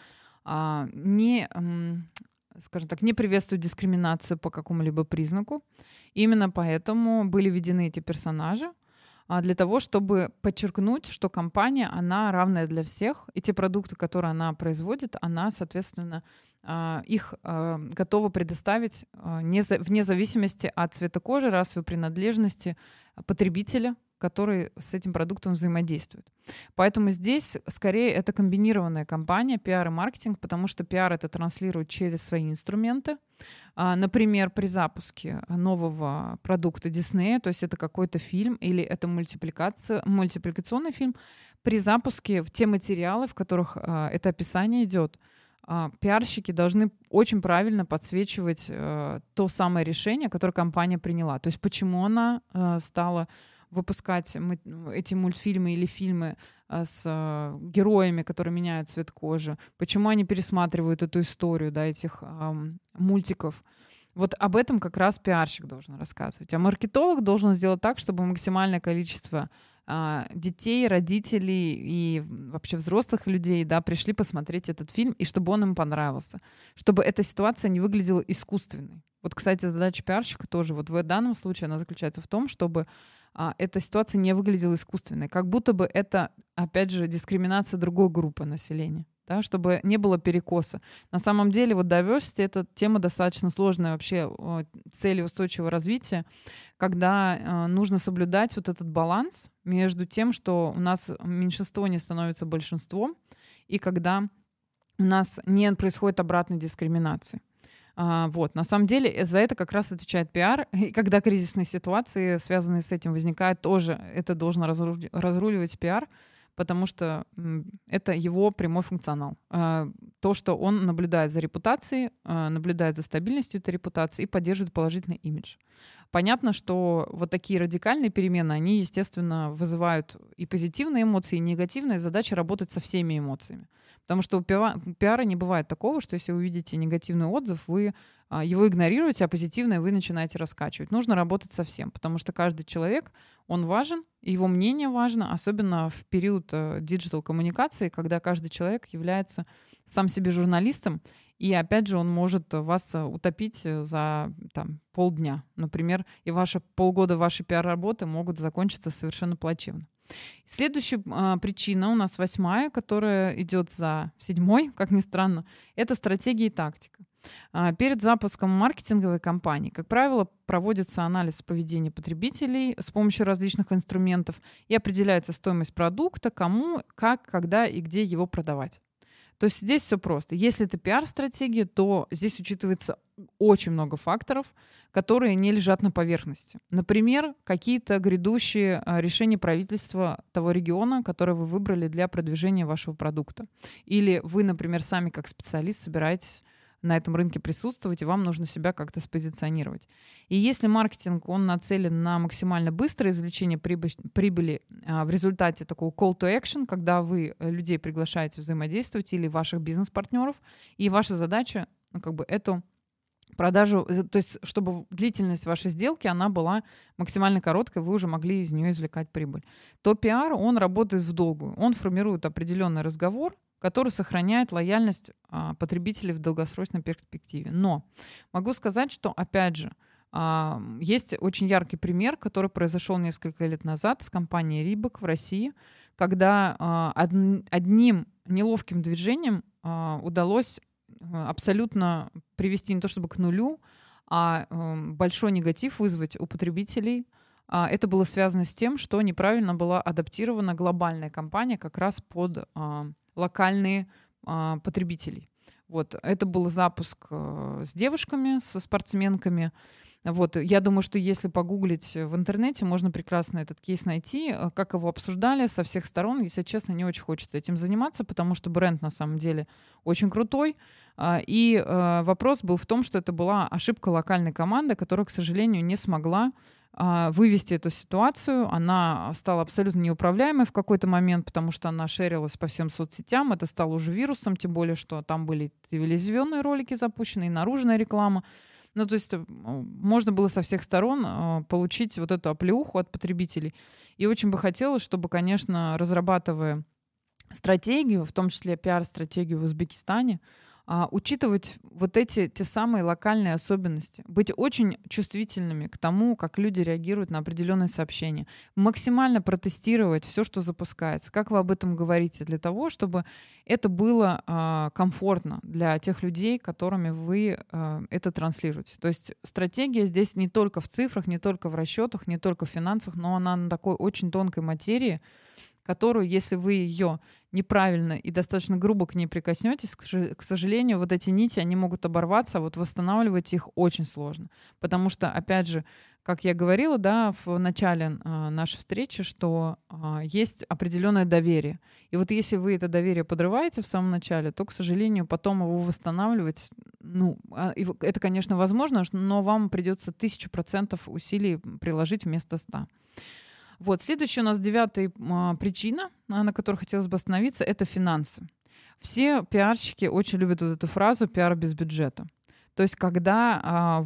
скажем так, не приветствует дискриминацию по какому-либо признаку. Именно поэтому были введены эти персонажи для того, чтобы подчеркнуть, что компания, она равная для всех, и те продукты, которые она производит, она, соответственно, их готова предоставить вне зависимости от цвета кожи, расовой принадлежности потребителя, который с этим продуктом взаимодействует. Поэтому здесь скорее это комбинированная кампания, пиар и маркетинг, потому что пиар это транслирует через свои инструменты. Например, при запуске нового продукта Disney, то есть это какой-то фильм или это мультипликационный фильм, при запуске те материалы, в которых это описание идет, пиарщики должны очень правильно подсвечивать то самое решение, которое компания приняла. То есть почему она стала выпускать эти мультфильмы или фильмы с героями, которые меняют цвет кожи, почему они пересматривают эту историю, да, этих мультиков. Вот об этом как раз пиарщик должен рассказывать. А маркетолог должен сделать так, чтобы максимальное количество детей, родителей и вообще взрослых людей, да, пришли посмотреть этот фильм, и чтобы он им понравился. Чтобы эта ситуация не выглядела искусственной. Вот, кстати, задача пиарщика тоже, вот в данном случае она заключается в том, чтобы эта ситуация не выглядела искусственной. Как будто бы это, опять же, дискриминация другой группы населения. Да, чтобы не было перекоса. На самом деле, вот diversity — это тема достаточно сложная вообще цели устойчивого развития, когда нужно соблюдать вот этот баланс между тем, что у нас меньшинство не становится большинством, и когда у нас не происходит обратной дискриминации. Вот. На самом деле за это как раз отвечает пиар. И когда кризисные ситуации, связанные с этим, возникают, тоже это должен разруливать пиар, потому что это его прямой функционал. То, что он наблюдает за репутацией, наблюдает за стабильностью этой репутации и поддерживает положительный имидж. Понятно, что вот такие радикальные перемены, они, естественно, вызывают и позитивные эмоции, и негативные. Задача работать со всеми эмоциями. Потому что у пиара не бывает такого, что если вы увидите негативный отзыв, вы его игнорируете, а позитивное вы начинаете раскачивать. Нужно работать со всем, потому что каждый человек, он важен, и его мнение важно, особенно в период диджитал-коммуникации, когда каждый человек является сам себе журналистом, и опять же он может вас утопить за полдня, например, и полгода вашей пиар-работы могут закончиться совершенно плачевно. Следующая причина у нас 8, которая идет за 7, как ни странно, это стратегия и тактика. Перед запуском маркетинговой кампании, как правило, проводится анализ поведения потребителей с помощью различных инструментов и определяется стоимость продукта, кому, как, когда и где его продавать. То есть здесь все просто. Если это пиар-стратегия, то здесь учитывается очень много факторов, которые не лежат на поверхности. Например, какие-то грядущие решения правительства того региона, который вы выбрали для продвижения вашего продукта. Или вы, например, сами как специалист собираетесь на этом рынке присутствовать, и вам нужно себя как-то спозиционировать. И если маркетинг, он нацелен на максимально быстрое извлечение прибыли в результате такого call to action, когда вы людей приглашаете взаимодействовать или ваших бизнес-партнеров, и ваша задача, эту продажу, то есть чтобы длительность вашей сделки, она была максимально короткой, вы уже могли из нее извлекать прибыль, то пиар, он работает в долгую. Он формирует определенный разговор, который сохраняет лояльность потребителей в долгосрочной перспективе. Но могу сказать, что, опять же, есть очень яркий пример, который произошел несколько лет назад с компанией Reebok в России, когда одним неловким движением удалось абсолютно привести не то чтобы к нулю, а большой негатив вызвать у потребителей. Это было связано с тем, что неправильно была адаптирована глобальная кампания как раз под локальные потребителей. Вот. Это был запуск с девушками, со спортсменками. Вот. Я думаю, что если погуглить в интернете, можно прекрасно этот кейс найти, как его обсуждали со всех сторон. Если честно, не очень хочется этим заниматься, потому что бренд на самом деле очень крутой. И вопрос был в том, что это была ошибка локальной команды, которая, к сожалению, не смогла вывести эту ситуацию. Она стала абсолютно неуправляемой в какой-то момент, потому что она шерилась по всем соцсетям. Это стало уже вирусом, тем более, что там были телевизионные ролики запущены, и наружная реклама. Ну, то есть можно было со всех сторон получить вот эту оплеуху от потребителей. И очень бы хотелось, чтобы, конечно, разрабатывая стратегию, в том числе пиар-стратегию в Узбекистане, учитывать вот эти те самые локальные особенности, быть очень чувствительными к тому, как люди реагируют на определенные сообщения, максимально протестировать все, что запускается, как вы об этом говорите, для того, чтобы это было комфортно для тех людей, которыми вы это транслируете. То есть стратегия здесь не только в цифрах, не только в расчетах, не только в финансах, но она на такой очень тонкой материи, которую, если вы ее неправильно и достаточно грубо к ней прикоснетесь, к сожалению, вот эти нити, они могут оборваться, а вот восстанавливать их очень сложно. Потому что, опять же, как я говорила, да, в начале нашей встречи, что есть определенное доверие. И вот если вы это доверие подрываете в самом начале, то, к сожалению, потом его восстанавливать, это, конечно, возможно, но вам придется 1000% усилий приложить вместо 100. Вот, следующая у нас 9-я причина, на которой хотелось бы остановиться, это финансы. Все пиарщики очень любят вот эту фразу «пиар без бюджета». То есть когда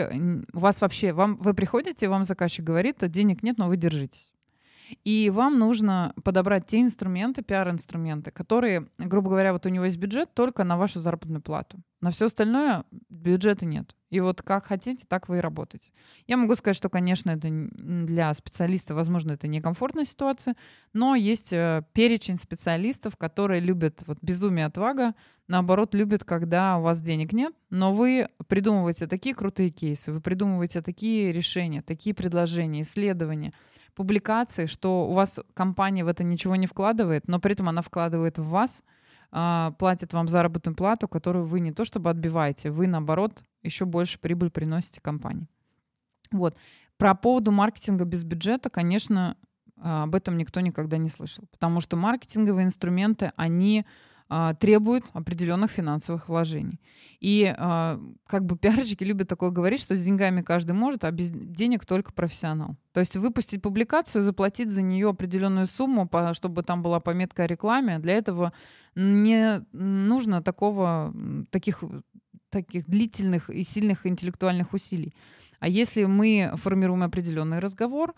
вы приходите, вам заказчик говорит, денег нет, но вы держитесь. И вам нужно подобрать те инструменты, пиар-инструменты, которые, грубо говоря, вот у него есть бюджет только на вашу заработную плату. На все остальное бюджета нет. И вот как хотите, так вы и работаете. Я могу сказать, что, конечно, это для специалиста, возможно, это некомфортная ситуация, но есть перечень специалистов, которые любят вот безумие, отвага, наоборот, любят, когда у вас денег нет, но вы придумываете такие крутые кейсы, вы придумываете такие решения, такие предложения, исследования, публикации, что у вас компания в это ничего не вкладывает, но при этом она вкладывает в вас, платит вам заработную плату, которую вы не то чтобы отбиваете, вы, наоборот, еще больше прибыль приносите компании. Вот. Про поводу маркетинга без бюджета, конечно, об этом никто никогда не слышал, потому что маркетинговые инструменты, они требуют определенных финансовых вложений. И как бы пиарщики любят такое говорить, что с деньгами каждый может, а без денег только профессионал. То есть выпустить публикацию, заплатить за нее определенную сумму, чтобы там была пометка о рекламе, для этого не нужно таких длительных и сильных интеллектуальных усилий. А если мы формируем определенный разговор,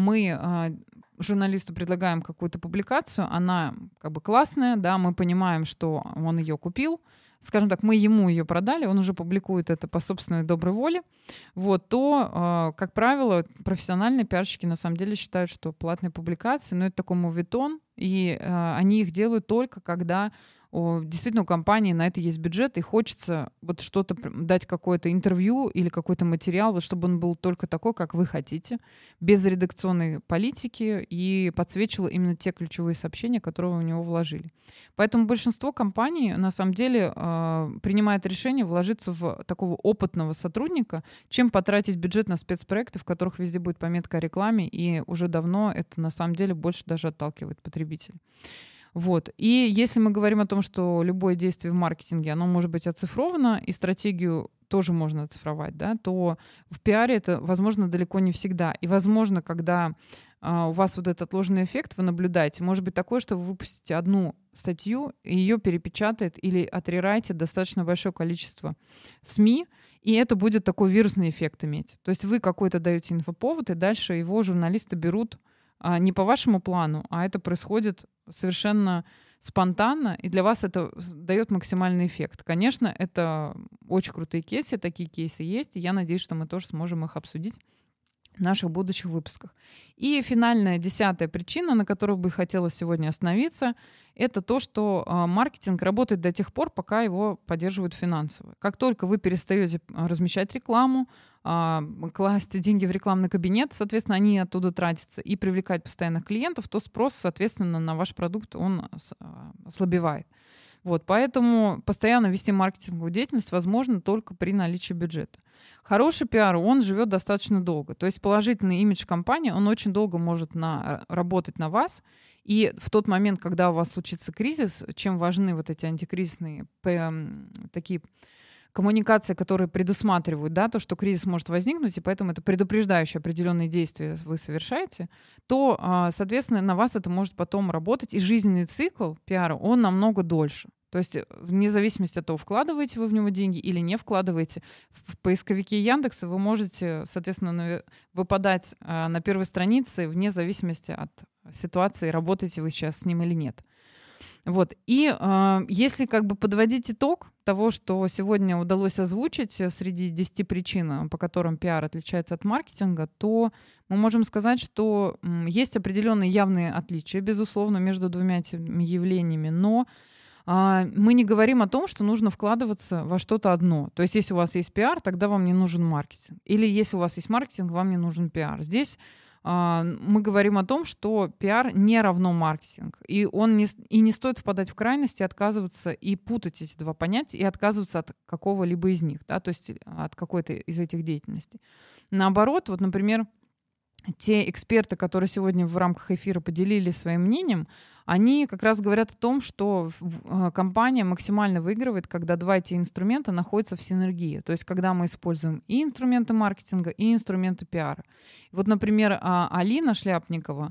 мы журналисту предлагаем какую-то публикацию, она как бы классная, да, мы понимаем, что он ее купил, скажем так, мы ему ее продали, он уже публикует это по собственной доброй воле, вот, то, как правило, профессиональные пиарщики на самом деле считают, что платные публикации, это такой моветон, и они их делают только когда действительно у компании на это есть бюджет, и хочется вот что-то дать, какое-то интервью или какой-то материал, вот чтобы он был только такой, как вы хотите, без редакционной политики, и подсвечивал именно те ключевые сообщения, которые вы в него вложили. Поэтому большинство компаний на самом деле принимает решение вложиться в такого опытного сотрудника, чем потратить бюджет на спецпроекты, в которых везде будет пометка о рекламе, и уже давно это на самом деле больше даже отталкивает потребителей. Вот. И если мы говорим о том, что любое действие в маркетинге, оно может быть оцифровано, и стратегию тоже можно оцифровать, да, то в пиаре это возможно далеко не всегда. И возможно, когда у вас вот этот отложенный эффект вы наблюдаете, может быть такое, что вы выпустите одну статью, и ее перепечатает или отрерайтит достаточно большое количество СМИ, и это будет такой вирусный эффект иметь. То есть вы какой-то даете инфоповод, и дальше его журналисты берут не по вашему плану, а это происходит совершенно спонтанно, и для вас это дает максимальный эффект. Конечно, это очень крутые кейсы, такие кейсы есть, и я надеюсь, что мы тоже сможем их обсудить в наших будущих выпусках. И финальная 10-я причина, на которой бы хотела сегодня остановиться, это то, что маркетинг работает до тех пор, пока его поддерживают финансово. Как только вы перестаете размещать рекламу, класть деньги в рекламный кабинет, соответственно, они оттуда тратятся, и привлекать постоянных клиентов, то спрос, соответственно, на ваш продукт, он ослабевает. Вот, поэтому постоянно вести маркетинговую деятельность возможно только при наличии бюджета. Хороший пиар, он живет достаточно долго. То есть положительный имидж компании, он очень долго может работать на вас. И в тот момент, когда у вас случится кризис, чем важны вот эти антикризисные такие коммуникации, которые предусматривают, да, то, что кризис может возникнуть, и поэтому это предупреждающие определенные действия вы совершаете, то, соответственно, на вас это может потом работать. И жизненный цикл пиара, он намного дольше. То есть вне зависимости от того, вкладываете вы в него деньги или не вкладываете, в поисковике Яндекса вы можете, соответственно, выпадать на первой странице вне зависимости от ситуации, работаете вы сейчас с ним или нет. Вот. И если как бы подводить итог, того, что сегодня удалось озвучить среди 10 причин, по которым пиар отличается от маркетинга, то мы можем сказать, что есть определенные явные отличия, безусловно, между двумя этими явлениями, но мы не говорим о том, что нужно вкладываться во что-то одно. То есть если у вас есть пиар, тогда вам не нужен маркетинг. Или если у вас есть маркетинг, вам не нужен пиар. Здесь мы говорим о том, что пиар не равно маркетинг. И не стоит впадать в крайности, отказываться и путать эти два понятия, и отказываться от какого-либо из них, да, то есть от какой-то из этих деятельностей. Наоборот, вот, например, те эксперты, которые сегодня в рамках эфира поделились своим мнением, они как раз говорят о том, что компания максимально выигрывает, когда два эти инструмента находятся в синергии. То есть когда мы используем и инструменты маркетинга, и инструменты пиара. Вот, например, Алина Шляпникова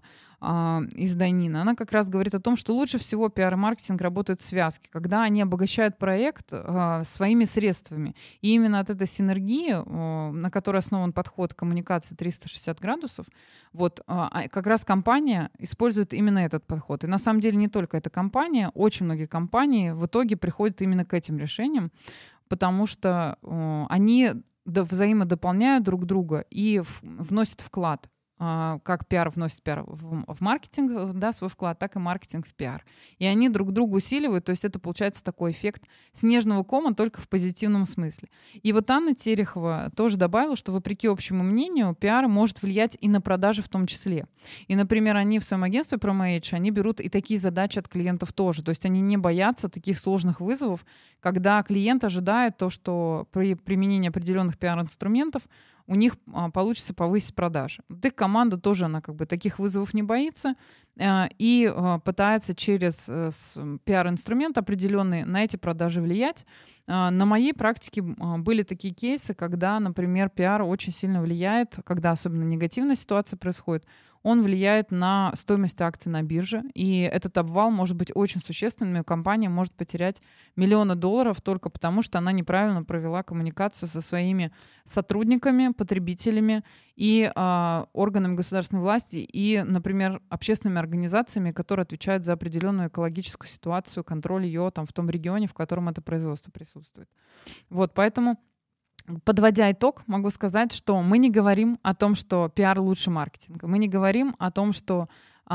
из Дайнина, она как раз говорит о том, что лучше всего пиар и маркетинг работают в связке, когда они обогащают проект своими средствами. И именно от этой синергии, на которой основан подход коммуникации 360 градусов, вот как раз компания использует именно этот подход. И на самом деле не только эта компания, очень многие компании в итоге приходят именно к этим решениям, потому что они взаимодополняют друг друга и вносят вклад. Как пиар вносит пиар в маркетинг, да, свой вклад, так и маркетинг в пиар. И они друг друга усиливают, то есть это получается такой эффект снежного кома, только в позитивном смысле. И вот Анна Терехова тоже добавила, что вопреки общему мнению, пиар может влиять и на продажи в том числе. И, например, они в своем агентстве PromoAge, они берут и такие задачи от клиентов тоже. То есть они не боятся таких сложных вызовов, когда клиент ожидает то, что при применении определенных пиар-инструментов у них получится повысить продажи. Вот их команда тоже, она как бы таких вызовов не боится и пытается через пиар-инструмент определенный на эти продажи влиять. На моей практике были такие кейсы, когда, например, пиар очень сильно влияет, когда особенно негативная ситуация происходит, он влияет на стоимость акций на бирже, и этот обвал может быть очень существенным, и компания может потерять миллионы долларов только потому, что она неправильно провела коммуникацию со своими сотрудниками, потребителями и органами государственной власти, и, например, общественными организациями, которые отвечают за определенную экологическую ситуацию, контроль ее там, в том регионе, в котором это производство присутствует. Вот, поэтому, подводя итог, могу сказать, что мы не говорим о том, что пиар лучше маркетинга. Мы не говорим о том, что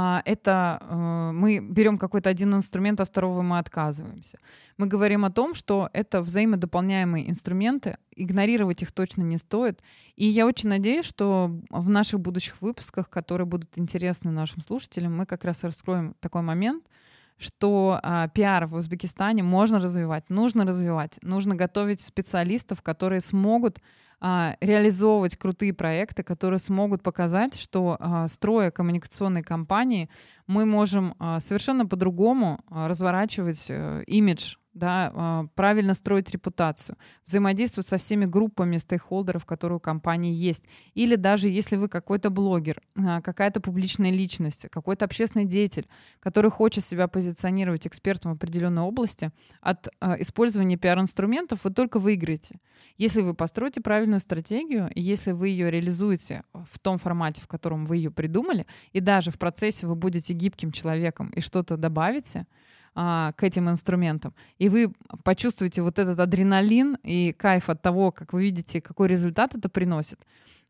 мы берем какой-то один инструмент, а от второго мы отказываемся. Мы говорим о том, что это взаимодополняемые инструменты, игнорировать их точно не стоит. И я очень надеюсь, что в наших будущих выпусках, которые будут интересны нашим слушателям, мы как раз раскроем такой момент, что пиар в Узбекистане можно развивать, нужно готовить специалистов, которые смогут реализовывать крутые проекты, которые смогут показать, что, строя коммуникационные кампании, мы можем совершенно по-другому разворачивать имидж, да, правильно строить репутацию, взаимодействовать со всеми группами стейкхолдеров, которые у компании есть. Или даже если вы какой-то блогер, какая-то публичная личность, какой-то общественный деятель, который хочет себя позиционировать экспертом в определенной области, от использования пиар-инструментов вы только выиграете. Если вы построите правильную стратегию, и если вы ее реализуете в том формате, в котором вы ее придумали, и даже в процессе вы будете гибким человеком и что-то добавите к этим инструментам, и вы почувствуете вот этот адреналин и кайф от того, как вы видите, какой результат это приносит,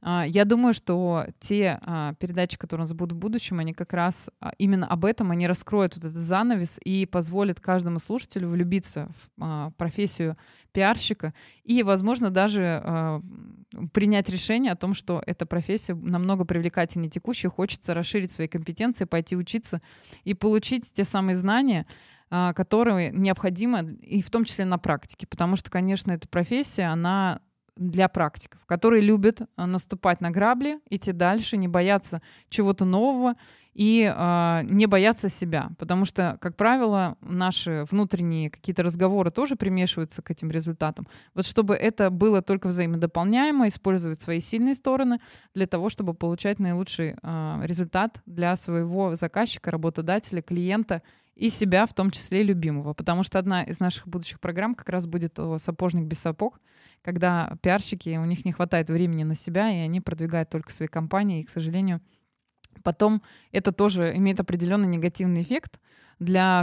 я думаю, что те передачи, которые у нас будут в будущем, они как раз именно об этом, они раскроют вот этот занавес и позволят каждому слушателю влюбиться в профессию пиарщика и, возможно, даже принять решение о том, что эта профессия намного привлекательнее текущей, хочется расширить свои компетенции, пойти учиться и получить те самые знания, которые необходимы, и в том числе на практике. Потому что, конечно, эта профессия, она для практиков, которые любят наступать на грабли, идти дальше, не бояться чего-то нового и не бояться себя. Потому что, как правило, наши внутренние какие-то разговоры тоже примешиваются к этим результатам. Вот чтобы это было только взаимодополняемо, использовать свои сильные стороны для того, чтобы получать наилучший результат для своего заказчика, работодателя, клиента и себя, в том числе любимого. Потому что одна из наших будущих программ как раз будет «Сапожник без сапог», когда пиарщики, у них не хватает времени на себя, и они продвигают только свои компании, и, к сожалению, потом это тоже имеет определенный негативный эффект для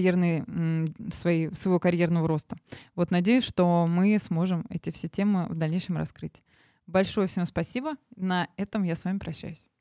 своего карьерного роста. Вот надеюсь, что мы сможем эти все темы в дальнейшем раскрыть. Большое всем спасибо. На этом я с вами прощаюсь.